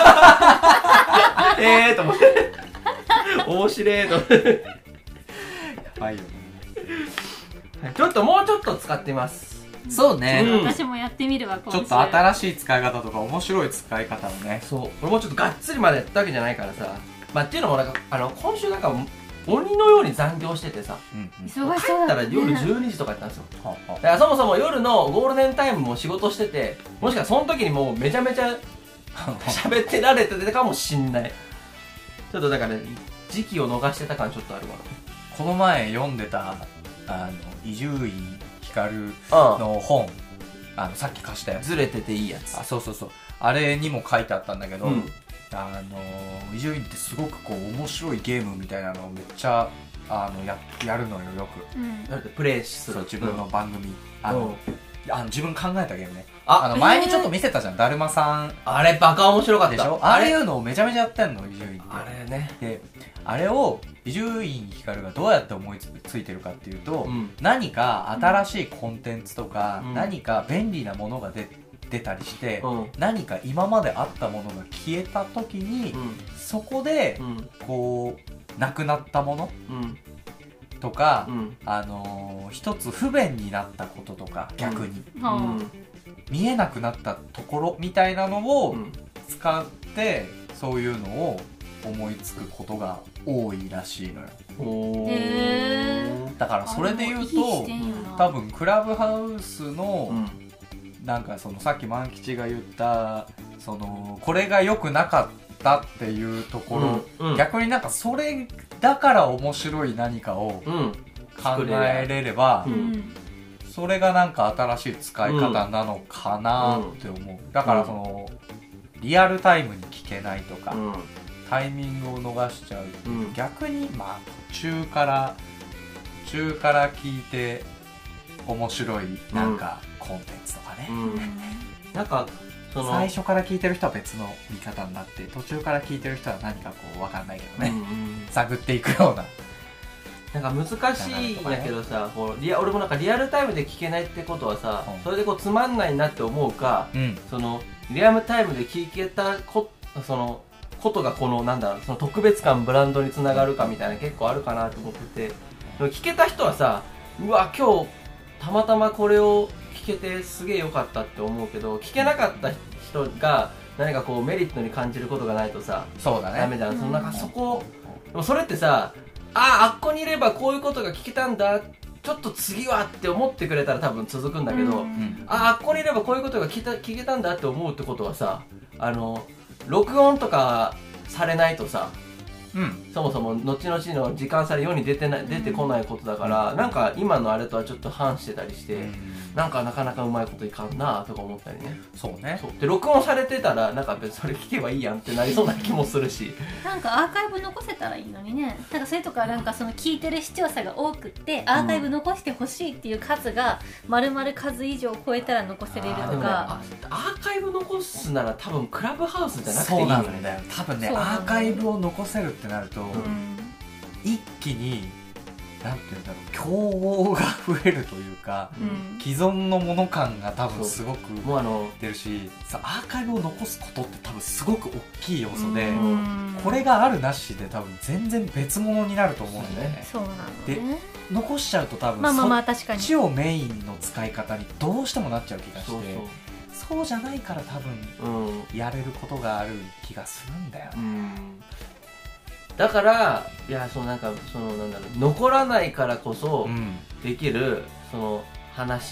えーと思って。面白いと思って。 はいよね。 ちょっともうちょっと使ってます。 そうね。 うん私もやってみるわ、今週。 ちょっと新しい使い方とか面白い使い方をね。 そう。俺もちょっとがっつりまでやったわけじゃないからさ。まあ、っていうのもなんか、あの、今週なんか、鬼のように残業しててさ。 うんうん。 忙し帰そうだったね。 ったら夜じゅうにじとかやったんですよ。 はあはだからそもそも夜のゴールデンタイムも仕事してて、もしかしたらその時にもうめちゃめちゃあ喋ってられてたかもしんない。ちょっとだから、ね、時期を逃してた感ちょっとあるわ。 この前読んでた、あの、伊集院光うん。 の本、あの、さっき貸したやつ。 ずれてていいやつ。 あ、そうそうそう。あれにも書いてあったんだけど、 うんあの、伊集院ってすごくこう、面白いゲームみたいなのをめっちゃ、あの、や、やるのよ、よく。 うん。 だってプレイするそう、自分の番組。あうんの、あの自分考えたゲームね。 ああの、前にちょっと見せたじゃん、だるまさんあれバカ面白かったでしょ。ああいうのをめちゃめちゃやってんの、伊集院って。 あれね。 で、あれを伊集院光がどうやって思いつついてるかっていうと、 うん何か新しいコンテンツとか、 うん何か便利なものが出出たりして、 うん何か今まであったものが消えた時に、そこでうんうんこうなくなったものうんとか、 うんあのー一つ不便になったこととか逆に、 はうん見えなくなったところみたいなのをうん使って、そういうのを思いつくことが多いらしいのよ。 おへーだからそれで言うあでもいい視と点よな多分クラブハウスの、 うんなんかそのさっき万吉が言ったそのこれが良くなかったっていうところ、 うんうん逆になんかそれだから面白い何かをうん考えれれば、 ううんん。 それがなんか新しい使い方なのかなって思う、だからそのリアルタイムに聞けないとか、 うんタイミングを逃しちゃう、 うん逆にまあ途中から途中から聞いて面白いなんかコンテンツとかね、 うんなんかその最初から聞いてる人は別の見方になって、途中から聞いてる人は何かこう分かんないけどね、 うんうん探っていくような。 なんか難しいんやけどさ、こうリア俺もなんかリアルタイムで聞けないってことはさ、 うんそれでこうつまんないなって思うか、 うんそのリアルタイムで聞けたこそのことがこのなんだろうその特別感ブランドにつながるかみたいな結構あるかなと思ってて、でも聞けた人はさ、うわ今日たまたまこれを聞けてすげえ良かったって思うけど、聞けなかった人が何かこうメリットに感じることがないとさ、 そうだねダメじゃん。そのなんかそこ、でもそれってさ、ああ、あっこにいればこういうことが聞けたんだ、ちょっと次はって思ってくれたら多分続くんだけど、 うんうんああ、あっこにいればこういうことが聞けた聞けたんだって思うってことはさ、あの、録音とかされないとさ、 うんそもそも後々の時間差で世に出てない出てこないことだから、なんか今のあれとはちょっと反してたりして、なんかなかなかうまいこといかんなとか思ったりね。 そうね。 そうで録音されてたらなんか別にそれ聞けばいいやんってなりそうな気もするしなんかアーカイブ残せたらいいのにね。なんかそれとかなんかその聞いてる視聴者が多くってアーカイブ残してほしいっていう数が丸々数以上超えたら残せれるあーでもねとか。 あアーカイブ残すなら多分クラブハウスじゃなくていそいうのよなんだよ。多分ね、 そうなんだよアーカイブを残せるってなると、 うん一気になんていうんだろう、競合が増えるというか、 うん既存のもの感が多分すごくもうあの出るし、さアーカイブを残すことって多分すごく大きい要素で、 うんこれがあるなしで多分全然別物になると思うんだよね。 そうなのでね。 残しちゃうと多分まあまあまあそ確かに。 っちをメインの使い方にどうしてもなっちゃう気がして、 そうそうじゃないから多分そううんやれることがある気がするんだよね。 うんだからいやそのなんかそのなんだろう残らないからこそうんできるその話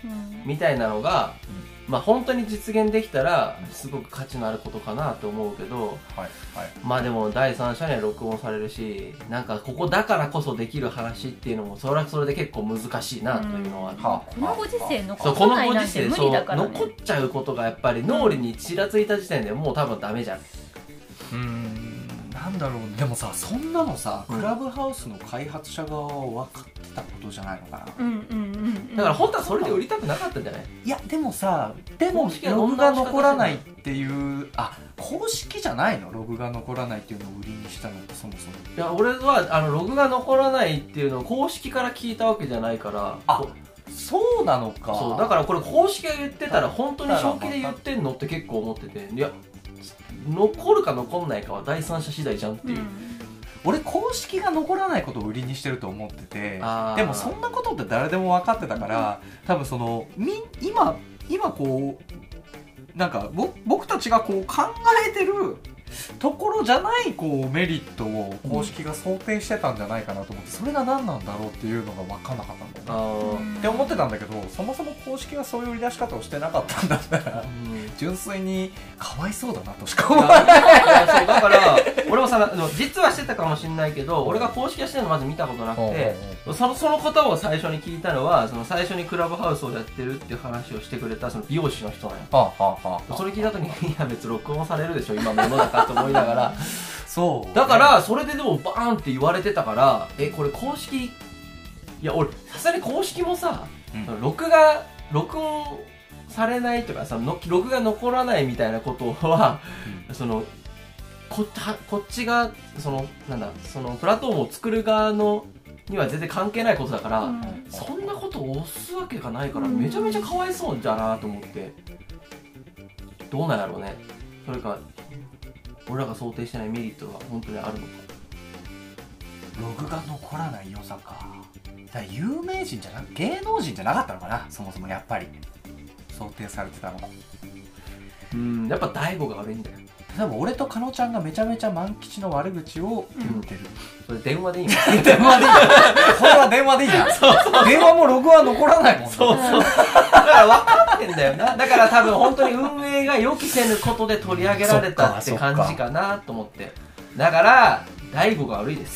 うんみたいなのが、まあ本当に実現できたらすごく価値のあることかなと思うけど、 はいはい。 まあでも第三者には録音されるし、なんかここだからこそできる話っていうのもそれはそれで結構難しいなというのは、 うんはあこのご時世そ残うこのさないなんご時世て無理だそうからね残っちゃうことがやっぱり脳裏にちらついた時点でもう多分ダメじゃん。 うーん、なんだろうね。でもさ、そんなのさ、 うんクラブハウスの開発者側は分かってたことじゃないのかな。 うんうんうんうんだから本当はそれで売りたくなかったんじゃない？ いや、でもさ、でも公式はログが残らないっていう、あ、公式じゃないの？ログが残らないっていうのを売りにしたのってそもそも。 いや俺はあのログが残らないっていうのを公式から聞いたわけじゃないから、 あこそうなのか。 そうだからこれ公式が言ってたら本当に正気で言ってんのって結構思ってて、いや残るか残んないかは第三者次第じゃんっていう、 俺公式が残らないことを売りにしてると思ってて、 あーでもそんなことって誰でも分かってたから、多分そのみ今今こうなんかぼ僕たちがこう考えてるところじゃないこうメリットを公式が想定してたんじゃないかなと思って、それが何なんだろうっていうのが分かんなかったんだよね。 あーって思ってたんだけど、そもそも公式がそういう売り出し方をしてなかったんだったら、 うん純粋にかわいそうだなとしか思わない。 いやそうだから俺もさあの実はしてたかもしれないけど、俺が公式がしてるのまず見たことなくて、そのそのことを最初に聞いたのは、その最初にクラブハウスをやってるっていう話をしてくれたその美容師の人なのよ。 はあはあはあ、 それ聞いた時にいや別に録音されるでしょ今の世の中と思いながらそうだからそれででもバーンって言われてたから、えこれ公式いや俺さすがに公式もさ、 うん録画録音されないとかさの録画残らないみたいなことは、そのこはこっちがそのなんだそのプラットフォームを作る側のには全然関係ないことだから、 うんそんなことを押すわけがないからめちゃめちゃかわいそうじゃなと思って、どうなんやろうね。それか俺らが想定してないメリットが本当にあるのか。 ログが残らない良さか。だから有名人じゃなく芸能人じゃなかったのかな、そもそもやっぱり想定されてたのが。 うんやっぱ大悟が悪いんだよ。 多分俺と加納ちゃんがめちゃめちゃ万吉の悪口を言ってる、 それ電話でいいの？ 電話でいいこれは電話でいいな。電話もログは残らないもんね。 そうそう。だから分かってんだよな。だから多分本当に運営が予期せぬことで取り上げられたって感じかなと思って。だから大悟が悪いです。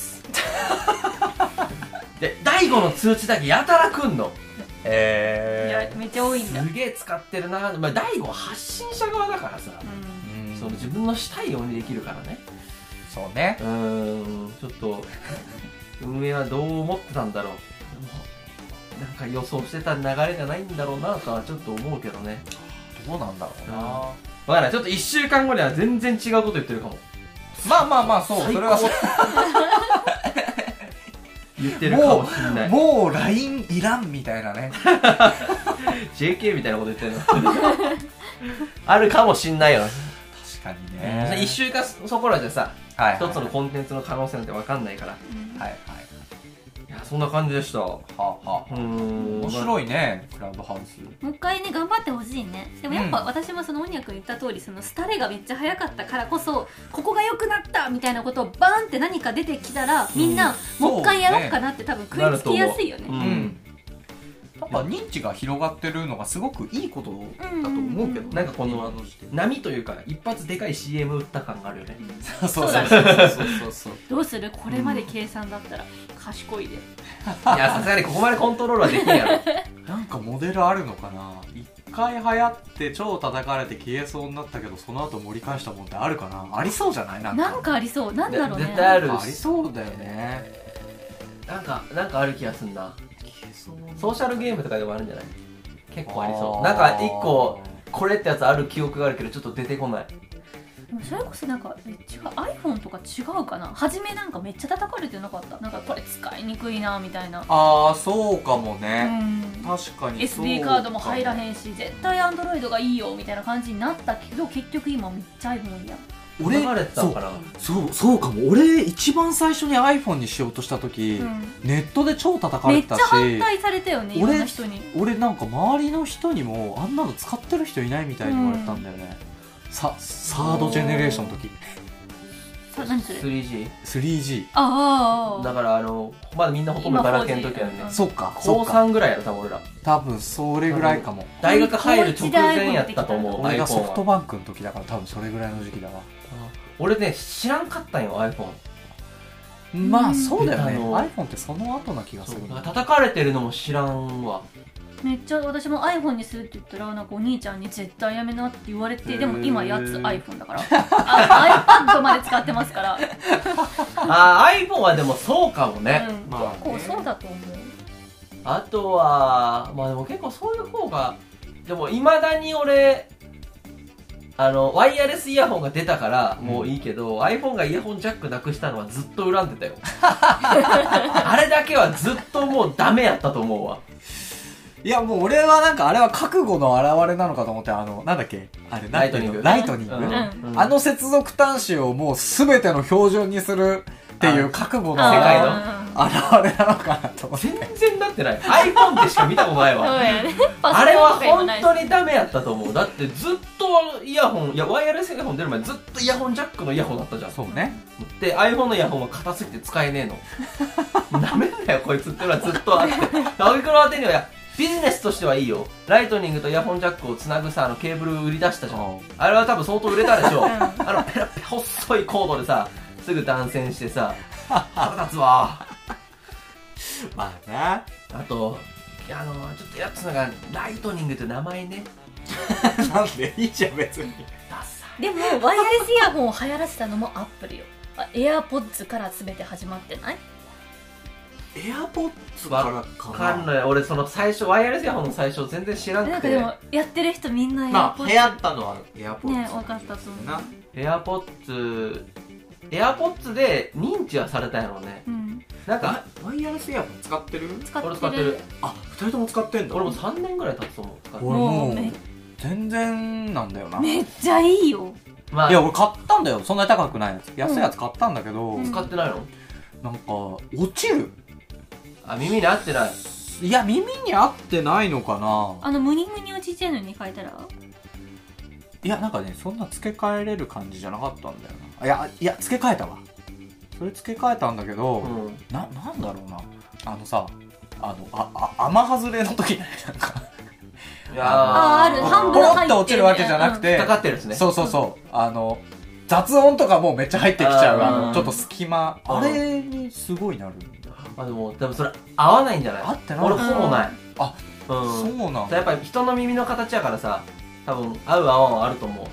で大悟の通知だけやたら来んの。 いえやめっちゃ多いんだすげえ使ってるな。まあ大悟は発信者側だからさ、 うんー、 その自分のしたいようにできるからね。 そうねうーんちょっと運営はどう思ってたんだろう。でもなんか予想してた流れじゃないんだろうなとはちょっと思うけどね。 どうなんだろうな、 うんわかんない。ちょっといっしゅうかんごには全然違うこと言ってるかも。 まあまあまあそう最高それはそう言ってるかもしれない。 もう ライン いらんみたいなね。 ジェーケー みたいなこと言ってるのあるかもしんないよな。 確かにね。 いっしゅうかんそこらじゃさ、 はい一つのコンテンツの可能性なんて分かんないから。 うんはいはい。 いやそんな感じでした。うはあはあ、 ーん面白いね、クラブハウス。 もう一回ね頑張ってほしいね。でもやっぱうん私もそのおにゃく言った通り、その廃れがめっちゃ早かったからこそここが良くなったみたいなことをバーンって何か出てきたら、みんなもう一回やろうかなって多分食いつきやすいよね。 ううんん。やっぱ認知が広がってるのがすごくいいことだと思うけど、 なんかこの今の時点で波というか一発でかい シーエム 打った感があるよね。 そうそうそうそうだそうそうそう。 どうするこれまで計算だったら賢いで。 いやさすがにここまでコントロールはできんやろ。 なんかモデルあるのかな。一回流行って超叩かれて消えそうになったけど、その後盛り返したもんってあるかな。ありそうじゃない？なんかなんかありそう。なんだろうね。 絶対あるありそうだよね。 なんかなんかある気がすんな。 消えそうソーシャルゲームとかでもあるんじゃない？結構ありそあーう。なんか一個これってやつある記憶があるけどちょっと出てこない。 でもそれこそなんかえ違う iPhone とか違うかな。初めなんかめっちゃ叩かれてなかった。なんかこれ使いにくいなみたいな。 ああそうかもうね、 ん。 確かにエスディー カードも入らへんし絶対 Android がいいよみたいな感じになったけど、結局今めっちゃ iPhone や。 俺叩かれてたのかな。 そうそうかも。俺一番最初に iPhone にしようとした時、 うんネットで超叩かめっちゃれてたし、 反対されたよね、いろんな人に。 俺なんか周りの人にもあんなの使ってる人いないみたいに言われたんだよね、さサードジェネレーションの時。 さ何それスリージー。 スリージー。 ああだからあのまだみんなほとんどガラケーの時はね今、 そっか。 高さんぐらいやろ多分俺ら。 多分それぐらいかも。 大学入る直前やったと思う。 俺がソフ iPhone トは。 バンクの時だから多分それぐらいの時期だわ。 俺ね知らんかったんよ iPhone。 まあそうだよね。 あの iPhone ってその後な気がするな。 そう叩かれてるのも知らんわ。 めっちゃ私も iPhone にするって言ったらなんかお兄ちゃんに絶対やめなって言われて、でも今やつ iPhone だからあ iPad まで使ってますから、 あー iPhone はでもそうかもね。 うん、 まあね結構そうだと思う。 あとはまあでも結構そういう方がでもいまだに俺あのワイヤレスイヤホンが出たからもういいけど、うん、iPhone がイヤホンジャックなくしたのはずっと恨んでたよあれだけはずっともうダメやったと思うわ。 いやもう俺はなんかあれは覚悟の表れなのかと思って、あのなんだっけあれライトニングライトニング、 うんうんあの接続端子をもう全ての標準にするっていう覚悟の世界の表れなのかなと思って。 全然なってない iPhone でしか見たことないそうわやねあれは本当ににダメやったと思う。だってずっとイヤホンいやワイヤレスイヤホン出る前ずっとイヤホンジャックのイヤホンだったじゃん。 そうね。 で iPhone のイヤホンは硬すぎて使えねえのダメだよこいつっていうのはずっとあって青木君の当てにはビジネスとしてはいいよ。ライトニングとイヤホンジャックをつなぐさあのケーブル売り出したじゃん。あれは多分相当売れたでしょ、うん、あのペラペラ細いコードでさすぐ断線してさ腹立つわまあな。 あとあのちょっとやつのがライトニングって名前ねなんでいいじゃん別に。 ダサい。 でもワイヤレスイヤホンを流行らせたのもアップルよ。エアポッツから全て始まってない？ エアポッツからわかかんない。俺その最初ワイヤレスイヤホンの最初全然知らんくて。 なんかでもやってる人みんなエアまあポッツ流行ったのはエアポッツね分かったと思うな。 エアポッツエアポッツで認知はされたんやろうね。 うんなんかワイヤレスイヤホン使ってる？ 使ってる俺使ってる。 あ、二人とも使ってんだ。 俺もさんねんぐらい経つと思う。使ってる俺もうもうめ全然なんだよな。 めっちゃいいよ。 まあいや俺買ったんだよ。そんなに高くないやつ、安いやつ買ったんだけど、 うん使ってないの？ なんか落ちる。 あ、耳に合ってない。 いや耳に合ってないのかな。 あのムニムニ落ちてるのに変えたらいやなんかねそんな付け替えれる感じじゃなかったんだよな。いやいや付け替えたわ。それ付け替えたんだけど、 うん。 ななんだろうな。あのさあのああ雨外れの時になんかいやーあーある半ポロ分入ってるッと落ちるわけじゃなくて、 かかってるですね。 そうそうそうあの雑音とかもめっちゃ入ってきちゃう、 あーあのちょっと隙間、 うんあれにすごいなる。 あ、でも、多分それ合わないんじゃない？ 合ってない俺ほぼない。 あ、 うん。 そうなんだ。 やっぱり人の耳の形やからさ、多分合う合わんはあると思う。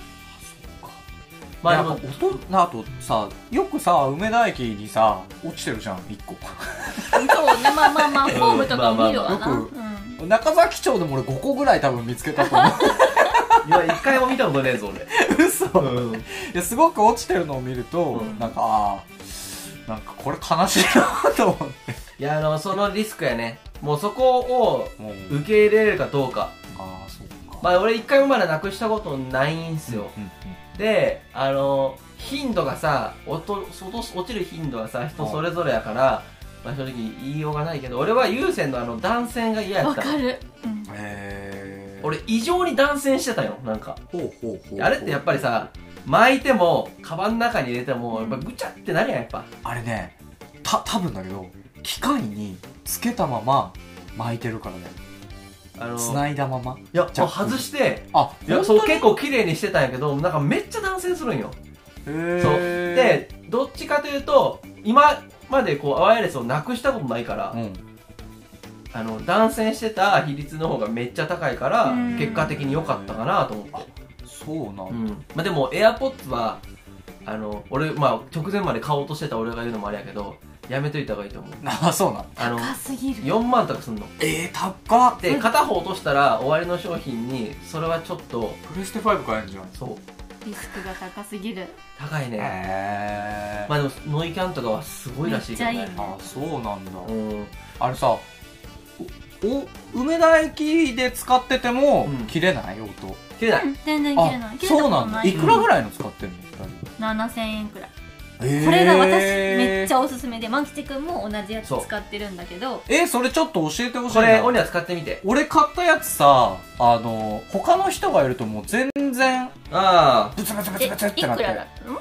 まあでもいや音あとさよくさ梅田駅にさ落ちてるじゃんいっこそうねまあまあまあホームとかも見るわな、 まあまあまあよくうん中崎町でも俺ごこぐらい多分見つけたと思ういや、一回も見たことねえぞ、俺。 嘘、 うん。 いやすごく落ちてるのを見ると、 うんなんかあーなんかこれ悲しいなと思っていや、あの、そのリスクやね。もうそこをもう受け入れれるかどうか。 ああそうかまあ俺一回もまだなくしたことないんすよ。 うんうんで、あの、頻度がさ、音、落落ちる頻度はさ、人それぞれやから、まあ正直言いようがないけど、俺は有線のあの断線が嫌やったの。 わかる、うんへー俺異常に断線してたよ、なんか。 ほうほうほうあれってやっぱりさ、巻いても、カバンの中に入れても、やっぱぐちゃってなるやん、やっぱ。 あれねた多分だけど機械につけたまま巻いてるからねあの、 繋いだままいや、もうじゃあ外して、 あいや、そう結構綺麗にしてたんやけど、なんかめっちゃ断線するんよ。 へーそう。で、どっちかというと、今までこう、ワイヤレスをなくしたことないから、 うんあの、断線してた比率の方がめっちゃ高いからう、ん結果的に良かったかなと思って。 そうなんだ、 うん。まあでも、AirPods は、あの、俺、まあ、直前まで買おうとしてた俺が言うのもあれやけど、やめといた方がいいと思う。 あそうなんあの、 高すぎるよんまんとかすんの。 えー、高っで、片方落としたら終わりの商品に、それはちょっと、 プレステファイブ買えんじゃんそう、 リスクが高すぎる高いね。 へえまあでも、ノイキャンとかはすごいらしいけどね。 めっちゃいいねあそうなんだ、 うん。 あれさおお梅田駅で使ってても、 うん切れない音切れない。 うん全然切れない切れたそうことないなんだいくらぐらいの使ってんのななせんえんくらい、 二人これが私えーめっちゃおすすめで万吉くんも同じやつ使ってるんだけどえー、それちょっと教えてほしいなこれ、オニは使ってみて。 俺買ったやつさあの他の人がいるともう全然あブツブツブえツブツってなっていくらだったの？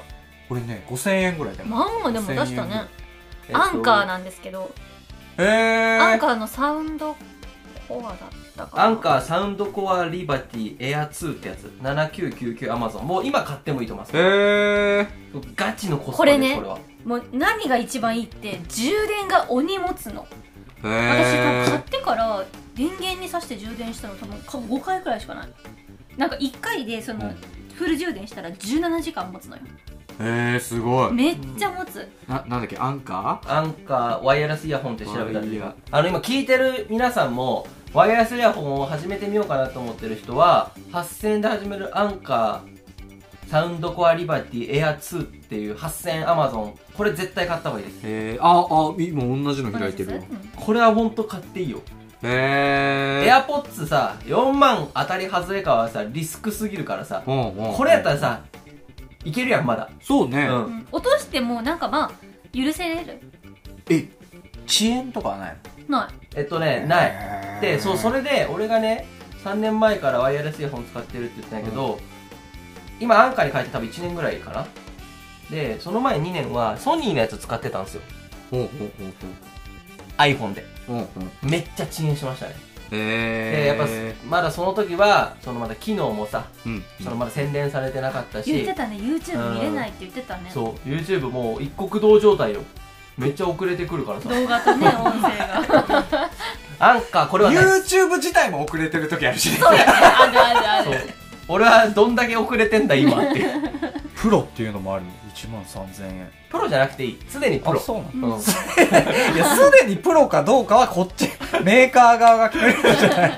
俺ねごせんえんぐらいでもまんまでも出したね。 えっとアンカーなんですけど、 へえアンカーのサウンドコアだったかな。 アンカーサウンドコアリバティエアツーってやつななきゅうきゅうきゅうアマゾン、もう今買ってもいいと思います。 へえガチのコスパこれねですこれは。 もう何が一番いいって充電が鬼持つの。私多分へ買ってから電源に挿して充電したの多分ごかいくらいしかない。なんかいっかいでその、 うん、 フル充電したらじゅうななじかん持つのよ。 えへえすごい。 めっちゃ持つ。 ななんだっけアンカアンカーワイヤレスイヤホンって調べたら出てくるワイヤあの今聞いてる皆さんもワイヤレスイヤホンを始めてみようかなと思ってる人ははっせんえんで始めるアンカーサウンドコアリバティエアツーっていうはっせんえんアマゾン、これ絶対買った方がいいです。 ーへえああ今同じの開いてるわ。 これは本当買っていいよ。 へえエアポッツさよんまん当たり外れかはさリスクすぎるからさ、 うんうんこれやったらさいけるやんまだ。 そうね、 うんうん落としてもなんかまあ許せれる。 え遅延とかはないの？ ない。 えっとねないへーで、そうそれで俺がねさんねんまえからワイヤレスイヤホン使ってるって言ってたんやけど、今アンカーに変えて多分いちねんぐらいかな。でその前にねんはソニーのやつ使ってたんですよ、 ほうほうほう iPhone で。 ほうほうほうめっちゃ遅延しましたね。 へえでやっぱまだその時はそのまだ機能もさ、 うんそのまだ洗練されてなかったし、 言ってたね YouTube 見れないって言ってたね。 そう YouTube もう一国道状態よ。めっちゃ遅れてくるからさ。 動画とね音声が。 アンカーこれはね YouTube 自体も遅れてる時あるしねそうやね。あるあるあそうる。 俺はどんだけ遅れてんだ今っていう。 プロっていうのもあるのいちまんさんぜんえんプロじゃなくていい、すでにプロ。 そうなのうんいやすでにプロかどうかはこっちメーカー側が決めるんじゃない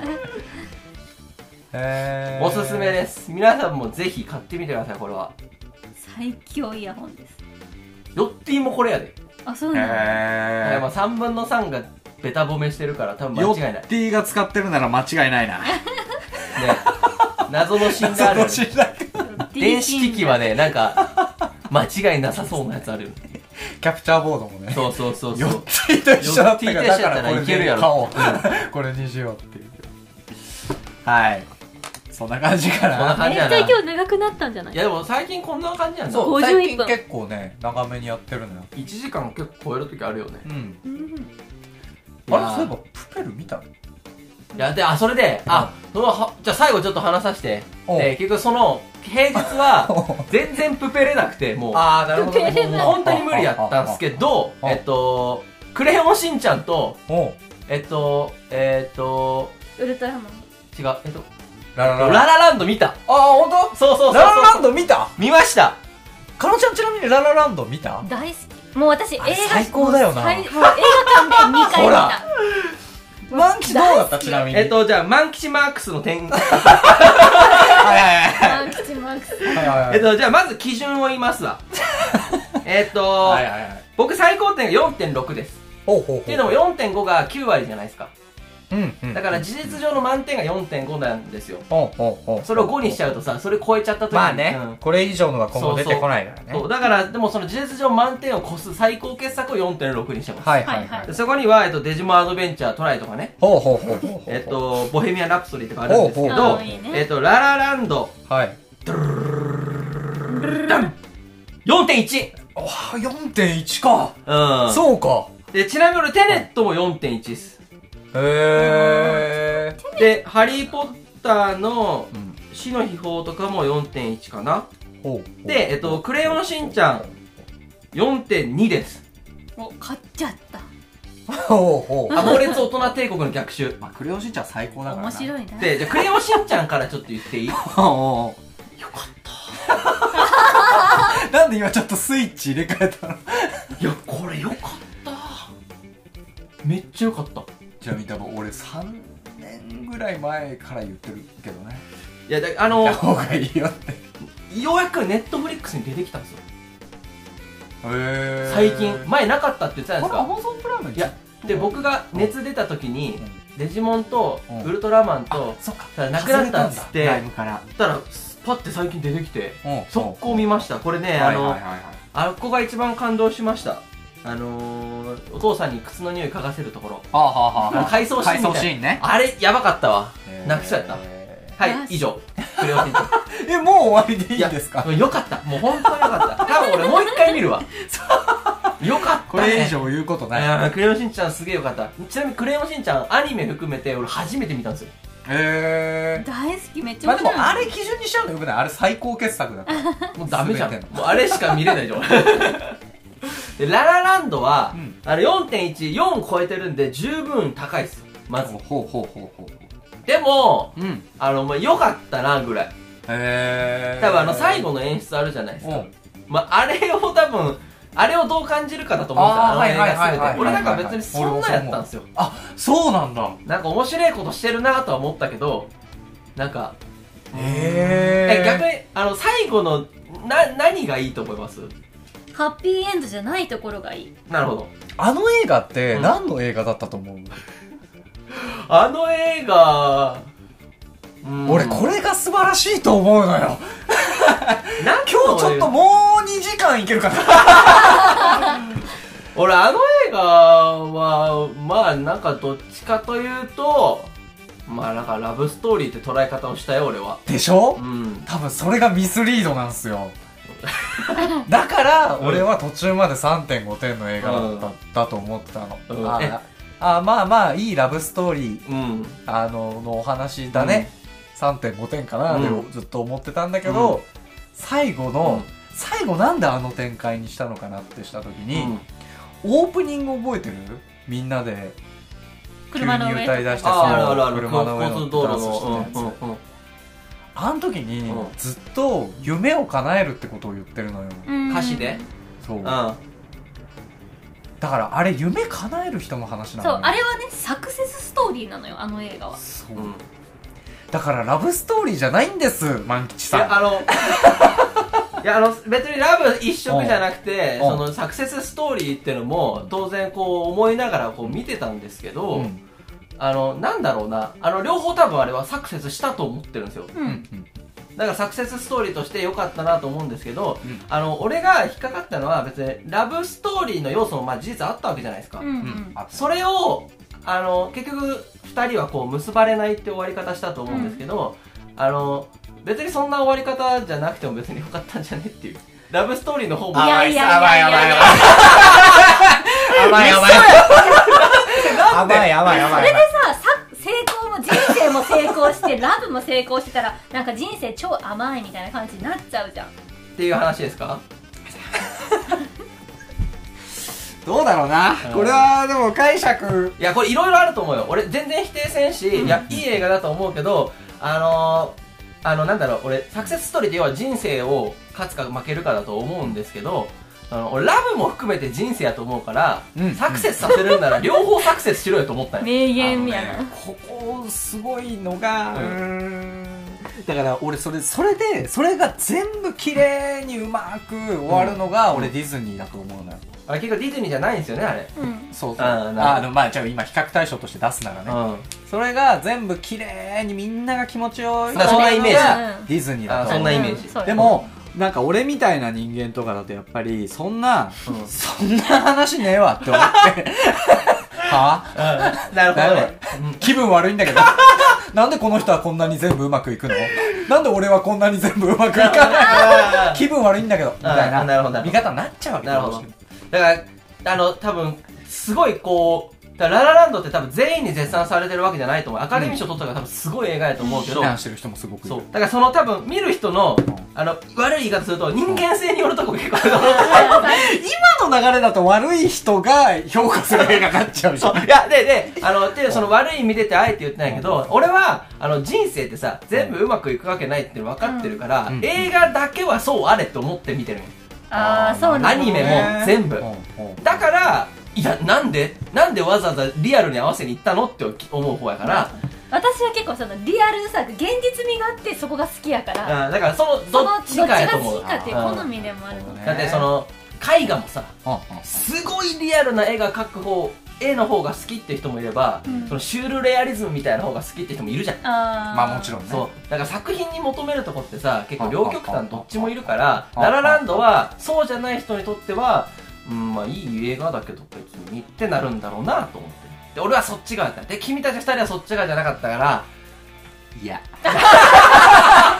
へーおすすめです。皆さんもぜひ買ってみてください。これは最強イヤホンです。 ヨッティもこれやで。 あそうなの。 だからへまあさんぶんのさんがベタ褒めしてるから多分ーヨ間違いないッティが使ってるなら間違いないなね。謎の信頼あるよね。 信頼電子機器はねなんか間違いなさそうなやつあるよね。 キャプチャーボードもねそうそうそうそう。 ヨッティと一緒だったからヨッティと一緒だったらだからこれいけるやろ買おうこれにしようっていうはいそんな感じかそんななめっ感じやな。いちゃ今日長くなったんじゃない？ やでも最近こんな感じやんな。 そうごじゅういっぷん最近結構ね長めにやってるのよいちじかん結構超える時あるよね。 うんうんあれそういえばプペル見たのいやで、あ、それで、あ、そのは、じゃあ最後ちょっと話させて、 おうえー結局その、平日は、全然プペれなくて、もう、 ああなるほどプペルな本当に無理やったんですけど、 ああえっと、クレヨンしんちゃんと、 おうえっと、えっと、 ウルトラマン。 違う、えっと、 ララララランド見た。 ああ本当そうそうそうそう。 ララランド見た見ました。 かのちゃんちなみにララランド見た大好き。もう私映画あれ最高だよなもう最もう映画館でにかい見ほらた。 満喫どうだったちなみにえっと、じゃあ、マン吉マークスの点、 はいはいマンキチマックス。 はいはいはいえっと、じゃあまず基準を言いますわ。えっと、 はいはいはい僕最高点がよんてんろくです。 ほうほうほうっていうのも よんてんご がきゅう割じゃないですか。 うんうんだから事実上の満点が よんてんご なんですよ。 ほうほうほうそれをごにしちゃうとさ、それ超えちゃった時にまあね、 うんこれ以上のが今後出てこないからねそうだからでもその事実上満点を超す最高傑作を よんてんろく にしてます、 はいはいはいははいでそこには、えっと、デジモンアドベンチャートライとかね、 ほうほうほうほうほうえっと、ボヘミアン・ラプソディとかあるんですけほうほうどあーいいねえっと、ララランドはいよんてんいち。 ああ よんてんいち かうんそうかでちなみに俺テネットも よんてんいち ですへえでハリー・ポッターのうん死の秘宝とかも よんてんいち かな。 ほうで、えっと、クレヨンしんちゃん よんてんに です。 お買っちゃった。 ほうほうあ猛烈大人帝国の逆襲。 まあクレヨンしんちゃん最高だからな面白いね。 で、じゃあクレヨンしんちゃんからちょっと言っていい？よかほうっなんで今ちょっとスイッチ入れ替えたのた。いや、これよかった。めっちゃよかった。 ちなみに多分俺さんねんぐらい前から言ってるけどねいや、だあの見た、方がいいよってようやくネットフリックスに出てきたんですよ。 へ最近。前なかったって言ってたんですか？ アマゾンプライムにいや、で、僕が熱出た時に、 うんデジモンとうんウルトラマンと、 そっかただなくなったっつって、 ライブからそしたら、パッて最近出てきて、 うん速攻見ました。これね、あのはいはいはい、はいあっこが一番感動しました。あのー、お父さんに靴の匂い嗅がせるところ。 はあはあはあはあ回想シーンみたいな回想シーンねあれ、やばかったわ。泣きそうやった。 へはい、以上。クレヨンしんちゃん。 え、もう終わりでいいんですか？ いやよかった。もう本当によかった。多分俺もう一回見るわ。よかった、ね。 これ以上言うことない。 クレヨンしんちゃんすげえよかった。ちなみにクレヨンしんちゃんアニメ含めて俺初めて見たんですよ。 へえ。 大好き、めっちゃまあで面白い。 もあれ基準にしちゃうのよくない？あれ最高傑作だから。 もうダメじゃん。 全てのもうあれしか見れないじゃん。で、ララランドは、 うんあの よんてんいち、よん超えてるんで十分高いっす。まず。 ほうほうほうほう。 でも、 うん。 あの、まあ、良かったな、ぐらい。 へえ。 多分あの、最後の演出あるじゃないですか。 うん。 まあ、あれを多分、あれをどう感じるかだと思うんですよ、 あーあの映画はいはいはいはい全て。俺なんか別にそんなやったんですよ。 あ、そうなんだ。 なんか面白いことしてるなとは思ったけど、なんか、 へえ、逆に、あの、最後の、な、何がいいと思います？ ハッピーエンドじゃないところがいい。 なるほど。 あの映画ってうん何の映画だったと思う？ あの映画、うん俺これが素晴らしいと思うのよ。 なん今日ちょっともうにじかんいけるかな。 俺あの映画はまあなんかどっちかというとまあなんかラブストーリーって捉え方をしたよ俺は。 でしょ？ うん多分それがミスリードなんすよ。だから俺は途中まで さんてんご 点の映画だった、 うんだと思ってたの、 うんえああまあまあいいラブストーリーうんあののお話だね、さんてんご 点かな、 うんでずっと思ってたんだけど、 うん最後の、 うん最後なんであの展開にしたのかなってした時に、 うんオープニング覚えてる？みんなで急に車の上歌い出してああるあるある車の上の交通道路ダンスしてたのやつ、 うんうんうんあの時にうんずっと夢を叶えるってことを言ってるのよ、 うん歌詞でそううんだからあれ夢叶える人の話なのよ。 そう、あれはね、サクセスストーリーなのよ、あの映画は。 そう、 うんだからラブストーリーじゃないんです万吉さん。 いやあのいやあの別にラブ一色じゃなくてうんそのサクセスストーリーっていうのも当然こう思いながらこう見てたんですけど、 うんあのなんだろうなあの両方多分あれはサクセスしたと思ってるんですよ。 う。 うんんだからサクセスストーリーとして良かったなと思うんですけど、 うんあの俺が引っかかったのは別にラブストーリーの要素もまあ事実あったわけじゃないですか、 うんううんん。 あそれをあの結局ふたりはこう結ばれないって終わり方したと思うんですけど、あの別にそんな終わり方じゃなくても別に良かったんじゃねっていうラブストーリーの方もいやいやいやいや甘い甘い甘い甘い甘い甘い甘い甘いそれでさ、さ成功も人生も成功してラブも成功してたらなんか人生超甘いみたいな感じになっちゃうじゃん。 っていう話ですか？ どうだろうな、 うんこれはでも解釈いやこれいろいろあると思うよ。俺全然否定せんし、いやいい映画だと思うけど、あのー、あのなんだろう、俺サクセスストーリーって要は人生を勝つか負けるかだと思うんですけど、あの俺ラブも含めて人生やと思うから、 うんサクセスさせるんなら両方サクセスしろよと思ったよ。 名言みたいな。 あのねここすごいのが、 ううんーんだから俺それそれでそれが全部綺麗にうまく終わるのが、 うん俺ディズニーだと思うのよ。 あれ結構ディズニーじゃないんですよねあれ。 うん。 そうそう、 あーなるほどああのまあじゃあ今比較対象として出すならね、 うん。 それが全部綺麗にみんなが気持ちよいだからそんなイメージがディズニーだとあそんなイメージうんそうよでもなんか俺みたいな人間とかだとやっぱりそんな、 うんそんな話ねえわって思ってはうんなるほどね。 気分悪いんだけどなんでこの人はこんなに全部うまくいくのなんで俺はこんなに全部うまくいかないあー気分悪いんだけどみたいあーなるほどなるほど見方になっちゃうわけなるほど。だから、あの、多分、すごいこう、だからララランドって多分全員に絶賛されてるわけじゃないと思う。アカデミー賞取ったから多分すごい映画やと思うけど、 非難してる人もすごくいるそう。だからその多分見る人の、あの、悪い言い方すると人間性によるとこ結構あると思う。 今の流れだと悪い人が評価する映画になっちゃうじゃんいや、で、で、あの、っていうその悪い意味でってあえて言ってないけど、俺は、あの、人生ってさ、全部うまくいくわけないって分かってるから、 うん映画だけはそうあれと思って見てるんよ。 ああ、そうなんだ。 アニメも全部うんうんだから、いや、なんでなんでわざわざリアルに合わせに行ったのって思う方やから、 私は結構そのリアルさ、現実味があってそこが好きやから、 うん、だからその、 そのどっちかやと思うどっち。が好きかっていう好みでもあるので。 だってその、絵画もさ、 うんうんすごいリアルな絵が描く方、絵の方が好きって人もいれば、 うんそのシュールレアリズムみたいな方が好きって人もいるじゃん。 あーまあもちろんねそう。だから作品に求めるとこってさ、結構両極端どっちもいるから、 うんララランドはそうじゃない人にとっては、うん、まあいい映画だけど別にってなるんだろうなと思って。で、俺はそっち側だった。で、君たち二人はそっち側じゃなかったから、いや。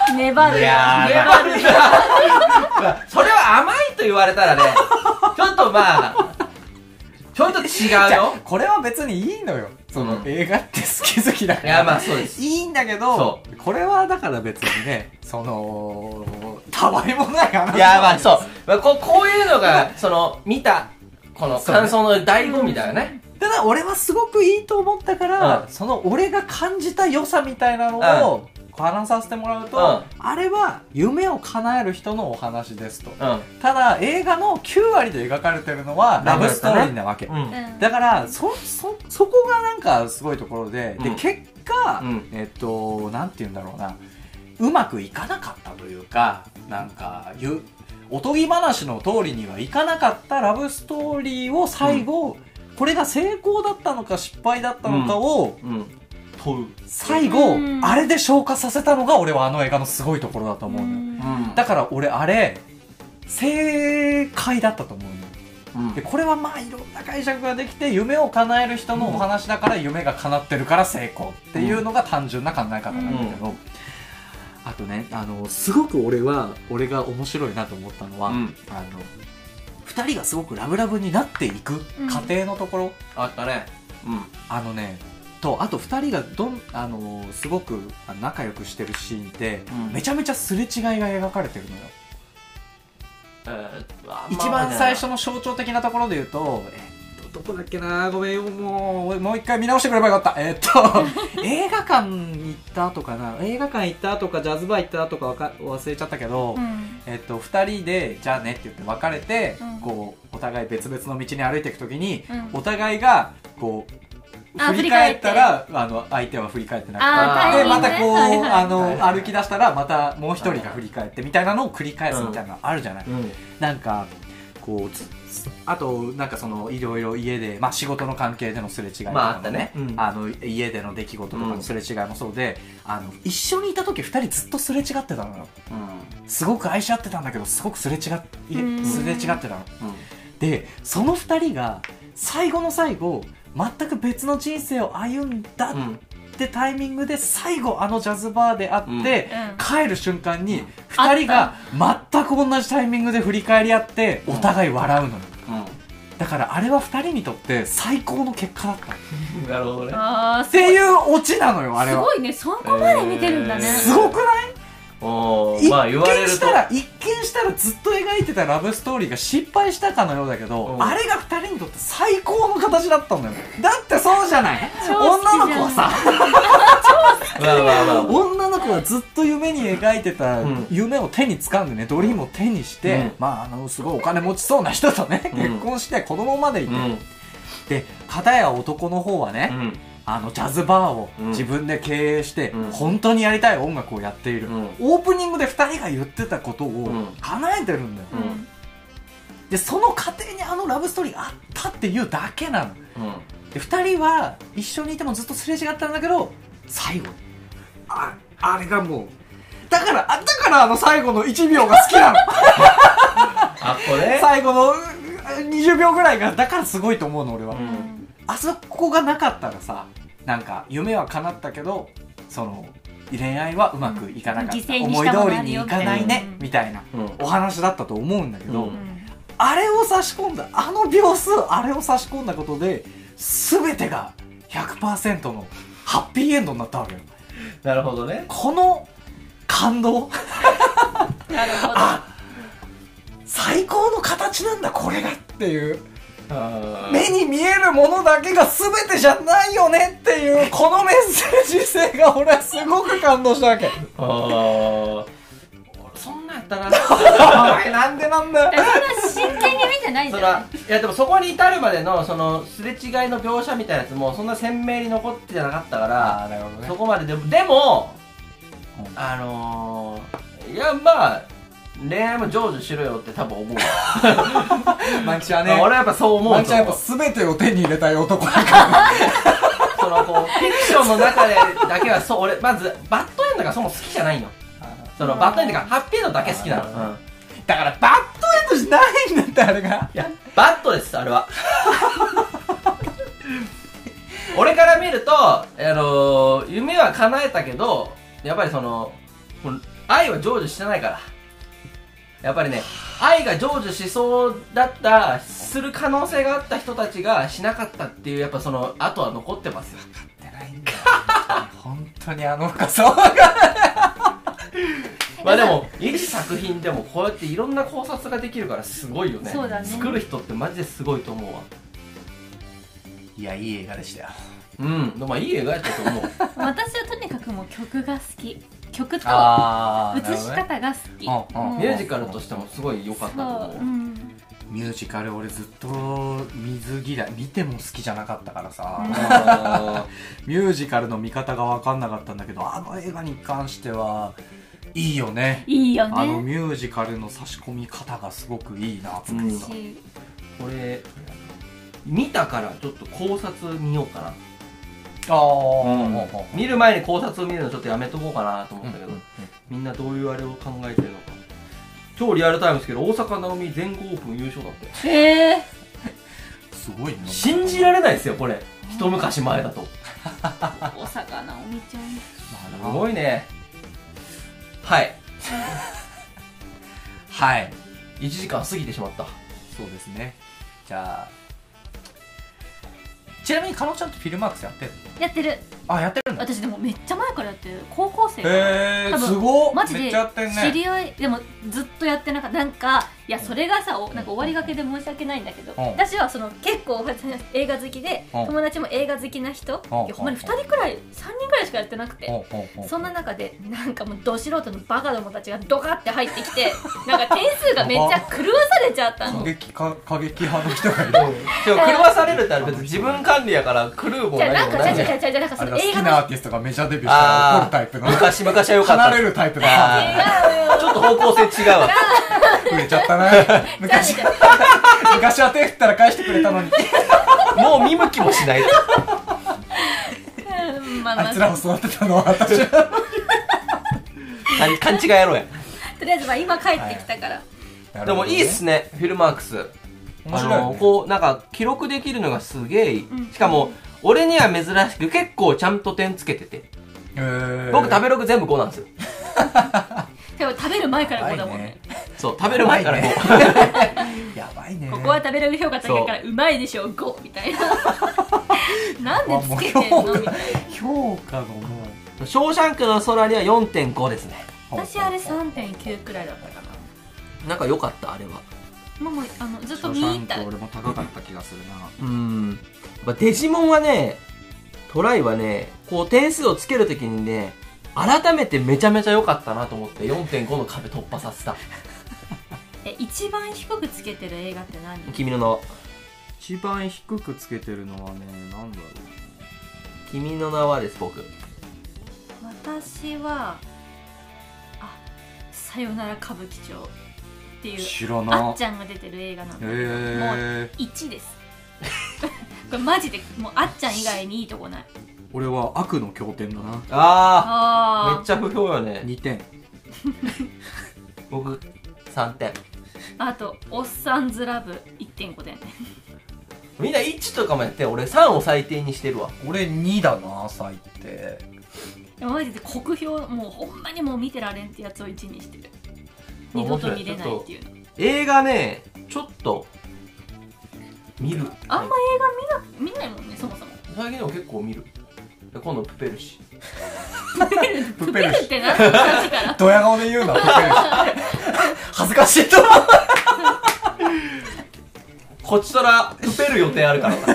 粘るいやー粘るまあそれは甘いと言われたらね、ちょっとまあ、ちょっと違うじゃよあ。これは別にいいのよ。その、 うん映画って好き好きだから。 いや、まあそうです。 いいんだけどそ、 これはだから別にね、その、たわいもない話。 いや、まあそう。まあ、こうこういうのが、その、見た、この感想の醍醐味だよね。 ただ俺はすごくいいと思ったから、 うんその俺が感じた良さみたいなのを話させてもらうと、 うんあれは夢を叶える人のお話ですと。 うん。 ただ映画のきゅうわりで描かれてるのはラブストーリーなわけ。 うん。 うんだから、そ、そ、そこがなんかすごいところで、で、 うん結果、 うんえっと、なんて言うんだろうな、うまくいかなかったというか、なんか、ゆ、おとぎ話の通りにはいかなかったラブストーリーを最後、これが成功だったのか失敗だったのかを、 うん。問う。 最後、 うんあれで消化させたのが俺はあの映画のすごいところだと思うのよ。 うん。 だから俺あれ、正解だったと思うのよ。 うんでこれはまあいろんな解釈ができて夢を叶える人のお話だから夢が叶ってるから成功っていうのが単純な考え方なんだけど、あとねあのすごく俺は俺が面白いなと思ったのは、 うんあのふたりがすごくラブラブになっていく過程のところ、 あったね。うん。 あのねとあとふたりがどんあのすごく仲良くしてるシーンって、 うんめちゃめちゃすれ違いが描かれてるのよ。 えー一番最初の象徴的なところで言うと、えっと、どこだっけなごめん、もう、もう一回見直してくればよかった。えっと、映画館行った後かな映画館行った後か、ジャズバー行った後かわか忘れちゃったけど、 うんえっと、二人で、じゃあねって言って別れて、 うんこう、お互い別々の道に歩いていくときに、 うんお互いが、こう、 あ振り返ったら、あの、相手は振り返ってなくて、 あーで、またこう、 タイミングねあの、 はいはい歩き出したら、またもう一人が振り返ってみたいなのを繰り返すみたいなのあるじゃない。 うん。 なんかこうつつあとなんかそのいろいろ家で、まあ、仕事の関係でのすれ違いとかも、 まああったねうんあの家での出来事とかのすれ違いもそうで、あの一緒にいた時ふたりずっとすれ違ってたのよ。すごく愛し合ってたんだけどすごくすれ違っいうんすれ違ってたの。でそのふたりが最後の最後全く別の人生を歩んだうん。うん。 ってタイミングで最後あのジャズバーで会って、 うん帰る瞬間にふたりが全く同じタイミングで振り返り合ってお互い笑うのよ。だからあれはふたりにとって最高の結果だったっうん。なるほどね。 あーていうオチなのよあれは。 すごいね、そこまで見てるんだね、 えーすごくない？一おーまあ言われると見した。ら一見したらずっと描いてたラブストーリーが失敗したかのようだけど、 うんあれがふたりにとって最高の形だったんだよ。だってそうじゃない？ 超好きじゃん女の子はさまあまあまあ。 女の子はずっと夢に描いてたうん夢を手に掴んでね、ドリームを手にして、 うんまああのすごいお金持ちそうな人とね、 うん結婚して子供までいて、 うん。 で片や男の方はね、 うん。 あのジャズバーをうん自分で経営して、 うん本当にやりたい音楽をやっている、 うんオープニングでふたりが言ってたことをん叶えてるんだよ、 うんでその過程にあのラブストーリーがあったっていうだけなの。 うん。 でふたりは一緒にいてもずっとすれ違ったんだけど最後ああれがもうだからあだからあの最後のいちびょうが好きなのあ、これ最後のうにじゅうびょうぐらいがだからすごいと思うの俺は、 うんあそこがなかったらさなんか夢は叶ったけどその恋愛はうまくいかなかった、 うん犠牲に思いしたもの通りにいかないね、 うんみたいなうん。 お話だったと思うんだけど、 うんあれを差し込んだあの秒数あれを差し込んだことで全てが ひゃくパーセント のハッピーエンドになったわけよ。 なるほどね。 この感動なるほど。 あ最高の形なんだこれがっていうあー目に見えるものだけが全てじゃないよねっていうこのメッセージ性が俺はすごく感動したわけ。 あー。そんなんやったな。 おいなんでなんだよ。 そんな真剣に見てないじそらゃん。 いやでもそこに至るまでのそのすれ違いの描写みたいなやつもそんな鮮明に残ってなかったからあなるほどそこまででもでも、 うんあのー、いやまあ恋愛も成就しろよって多分思うマキちゃんねまあ俺はやっぱそう思うマキちゃんやっぱ全てを手に入れたい男だからそのこうフィクションの中でだけはそう俺まずバッドエンドがそもそも好きじゃないのそのバッドエンドがハッピーエンドだけ好きなの、うん、いだからバッドエンドじゃないんだってあれがやバッドですあれは俺から見ると、あのー、夢は叶えたけどやっぱりその愛は成就してないから。やっぱりね、愛が成就しそうだった、する可能性があった人たちがしなかったっていう、やっぱその後は残ってますよ。 分かってないんだよ本当にあの深さがまあでも一作品でもこうやっていろんな考察ができるからすごいよね。 そうだね。 作る人ってマジですごいと思うわ。 いや、いい映画でしたよ。 うん、まあいい映画やったと思う。 私はとにかくもう曲が好き。曲と映しあー、なるほどね。 方が好き。 うんうんもうミュージカルとしてもすごい良かったと思う。 そう、うんミュージカル俺ずっと水嫌い、見ても好きじゃなかったからさ、 うんあミュージカルの見方が分かんなかったんだけど、あの映画に関してはいいよね。 いいよあのね。 ミュージカルの差し込み方がすごくいいなと思った。 しーこれ見たからちょっと考察見ようかな。 あー、 見る前に考察を見るのちょっとやめとこうかなと思ったけど、 うんうんうんみんなどういうあれを考えてるのか。超リアルタイムですけど、大坂なおみ全豪オープン優勝だって。 へえ。 すごいね。 信じられないですよこれ、一昔前だと。 大坂なおみちゃん。 すごいね。はい、 はい。 いちじかん過ぎてしまった。 そうですね。じゃあ、ちなみにかのちゃんとフィルマークスやってるの？ やってる。 あ、やってるんだ。 私でもめっちゃ前からやってる。高校生から。 へー、 多分すごっ。 マジでめっちゃやってんね。 知り合いでもずっとやってなかった。なんかいやそれがさ、おなんか終わりがけで申し訳ないんだけど、 うん私はその結構映画好きで、 うん友達も映画好きな人、 うんいやほんまにふたりくらいさんにんくらいしかやってなくて、 ほうほうほうそんな中でなんかもうど素人のバカどもたちがドカって入ってきてなんか点数がめっちゃ狂わされちゃったの。 過激か過激派の人がいる。 でも狂わされるってあれ別に自分管理やから狂うもじゃあなんか何もないじゃあじゃあじゃあなんかそあれだ、好の映画のきなアーティストがメジャーデビューしたら怒るタイプの。 昔昔は良かった。 離れるタイプの。 あ違うよちょっと方向性違うわ。 触れちゃったな。昔じゃあ昔は手振ったら返してくれたのに。 もう見向きもしない。 うんまあまああいつらを育てたのは私は。 勘勘違いやろうや。 とりあえずまあ今帰ってきたから、 でもいいっすね、フィルマークス。 面白いよねあのこうなんか記録できるのがすげえいい、 うんしかも俺には珍しく結構ちゃんと点つけてて、 へー僕食べログ全部ごなんですよ。 でも食べる前からごだもんね。 そう食べる前からご。 やばいね。 ここは食べログ評価高いからうまいでしょごみたいな。なんでつけてんのみたいな。 評価のもう。 ショーシャンクの空には よんてんご ですね。 私あれ さんてんきゅう くらいだったかな。 なんか良かったあれは。 もうもうあのずっとショーシャ見入った。 ンク俺も高かった気がするな。 うんまあデジモンはね、トライはね、こう点数をつけるときにね、改めてめちゃめちゃ良かったなと思って よんてんご の壁突破させた。 え一番低くつけてる映画って何？ 君の名は。 一番低くつけてるのはね、なんだろ君の名はです僕。 私はあさよなら歌舞伎町っていう知らあなっちゃんが出てる映画なんだけど、 へーもういちです。これマジでもうあっちゃん以外にいいとこない。 俺は悪の経典だな。 あー、めあっちゃ不評よね。 にてん。 僕さんてん。 あとおっさんずラブ いってんご だよね。 みんないちとかもやって、俺さんを最低にしてるわ。 俺にだな、最低。 でもマジで酷評、もうほんまにもう見てられんってやつをいちにしてる。二度と見れないっていうの。 映画ね、ちょっと見る。 あんま映画見な見ないもんね、そもそも。 最近でも結構見る。で今度プペルシ。 プペルって何の感じからドヤ顔で言うな、プペルシ。恥ずかしいと思う。 こっちとらプペる予定あるからな。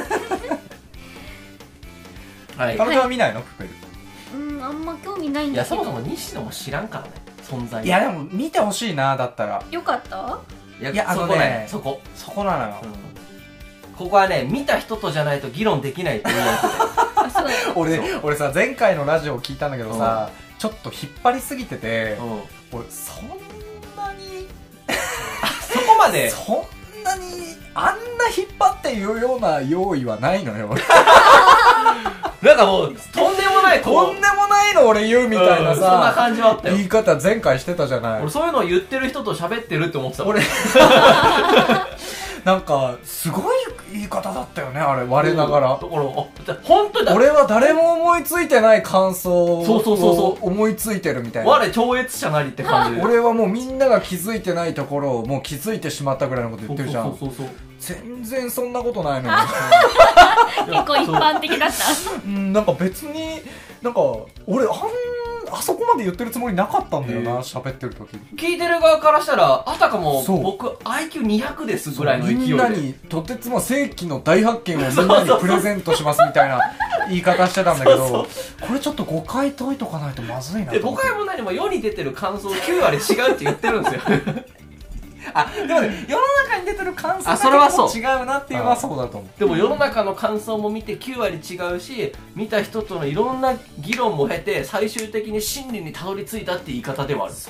はい。 彼女は見ないの、プペル。 うんあんま興味ないんいやだけど。 そもそも西野も知らんからね、存在。 いや、でも見てほしいな、だったら。 よかった？ いやいやあのねそこね、そこ。 そこなのよ。 うんここはね、見た人とじゃないと議論できないっていうやつで。 あそうだよ。 俺、俺さ、前回のラジオ聞いたんだけどさ、ちょっと引っ張りすぎてて、 うん俺、そんなに、 そこまで、 そんなに、あんな引っ張って言うような用意はないのよ。 なんかもう、とんでもない、 とんでもないの俺言うみたいなうんそんなさ、 感じはあったよ。 言い方前回してたじゃない俺。そういうのを言ってる人と喋ってるって思ってた。 俺、なんか、すごい言い方だったよね、あれ、我ながら。 だから、あ、本当だ。 俺は誰も思いついてない感想そうそうそうそうを思いついてるみたいな。 我超越者なりって感じで。 俺はもうみんなが気づいてないところをもう気づいてしまったぐらいのこと言ってるじゃん。 そうそうそうそう。 全然そんなことないのに。 結構一般的だったうん、なんか別に、なんか、俺、あん、あそこまで言ってるつもりなかったんだよな、喋ってる時。 聞いてる側からしたら、あたかもそう僕 アイキューにひゃく ですぐらいの勢いで。 みんなにとてつも世紀の大発見をみんなにプレゼントしますみたいな言い方してたんだけど、 そうこれちょっと誤解解いとかないとまずいなで、 と思って。 誤解も何も世に出てる感想きゅうわり違うって言ってるんですよ。 あ、でもね、世の中に出てる感想あだけそれはそうも違うなっていうのはそうだと思う。 でも世の中の感想も見てきゅうわり違うし、見た人とのいろんな議論も経て最終的に真理にたどり着いたって言い方ではある。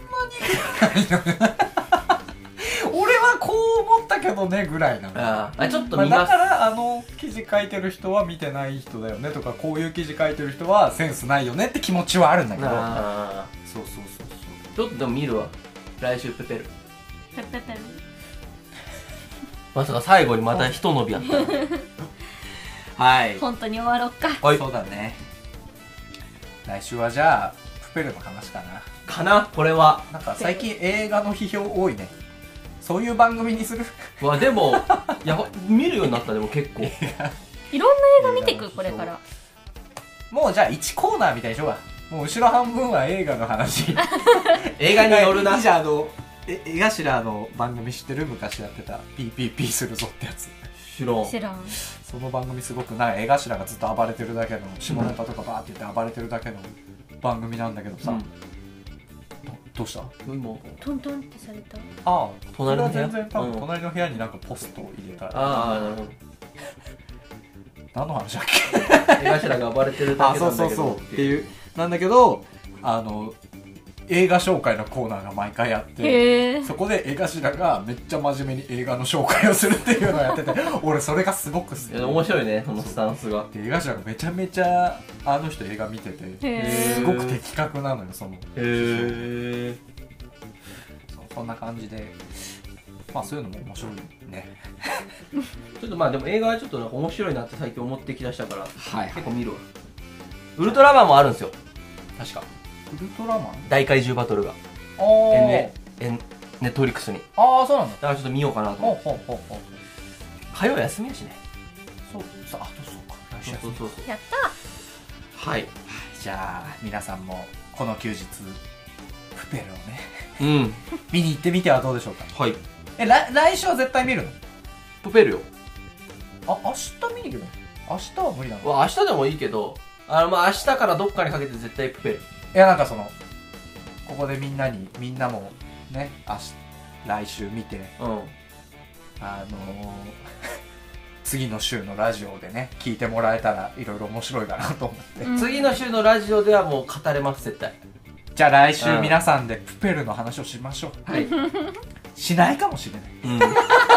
俺はこう思ったけどねぐらいなの。 ああ、ちょっとまあ、 見ます。 だからあの記事書いてる人は見てない人だよねとか、こういう記事書いてる人はセンスないよねって気持ちはあるんだけど、 あそうそうそうあ、ちょっとでも見るわ。来週ペペル。 ペペペルまさか最後にまた一伸びあった。 はい本当に終わろっか。 はい。 そうだね。来週はじゃあプペルの話かな。 かなこれは。 なんか最近映画の批評多いね。そういう番組にする。 うわ、でも、いや、見るようになったでも結構。 いろんな映画見てくこれから。 もうじゃあいちコーナーみたいでしょうが。もう後ろ半分は映画の話。 映画によるな。 いいじゃん、あのえ江頭の番組知ってる？昔やってた ピーピーピー するぞってやつ。 知らん。 知らん。 その番組すごくなんか江頭がずっと暴れてるだけの下ネタとかバーって言って暴れてるだけの番組なんだけどさ、 うんどどうした？ 今トントンってされた。 ああ、 隣の部屋それは全然多分うん隣の部屋になんかポストを入れた。 ああ、なるほど。 何の話だっけ？ 江頭が暴れてるだあ、 けそうそうなんだけどそうっていうなんだけど、あの映画紹介のコーナーが毎回あって、 へえ。 そこで江頭がめっちゃ真面目に映画の紹介をするっていうのをやってて、俺それがすごく好きいや面白いね、そのスタンスが。 で、江頭がめちゃめちゃあの人映画見てて、 へすごく的確なのよ、そのへえ。 そうそんな感じで、まあそういうのも面白いね。 ちょっとまあでも映画はちょっとなんか面白いなって最近思ってきだしたから、 はい結構見るわ。ウルトラマンもあるんですよ。確か。 ウルトラマン？ 大怪獣バトルが。 あー、 えね、えネットフリックスに。 あー、そうなんだ。 だからちょっと見ようかなとほう思って。 ほうほうほう。 火曜休みやしね。 そう、そう、あ、そうか。来週そうそうそう。 やったはい。 じゃあ皆さんもこの休日プペルをねうん。 見に行ってみてはどうでしょうか。 はい。 え、来来週は絶対見るの？ プペルよ。 あ、明日見に行くの？明日は無理なの？ わ、明日でもいいけど、あの、まあ明日からどっかにかけて絶対プペル。 いや、なんかそのここでみんなにみんなもね、明日来週見て、 うん。 あのー、次の週のラジオでね聞いてもらえたらいろいろ面白いかなと思って、 うん次の週のラジオではもう語れます、絶対。 じゃあ来週皆さんでプペルの話をしましょう。 はい。 しないかもしれない。 うん。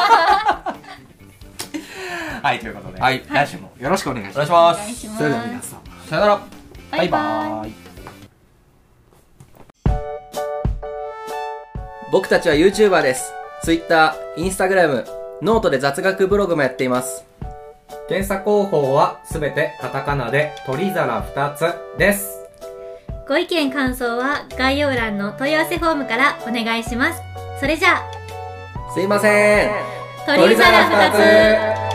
はい、ということで、 はい来週もよろしくお願いします。 お願いします。 お願いします。 それでは皆さん、 さよなら。 バイバイ。 バイ。 僕たちは YouTuber です。Twitter、Instagram、ノートで雑学ブログもやっています。 検査方法はすべてカタカナで鳥皿ふたつです。 ご意見感想は概要欄の問い合わせフォームからお願いします。それじゃあ、 すいません。 鳥皿ふたつ。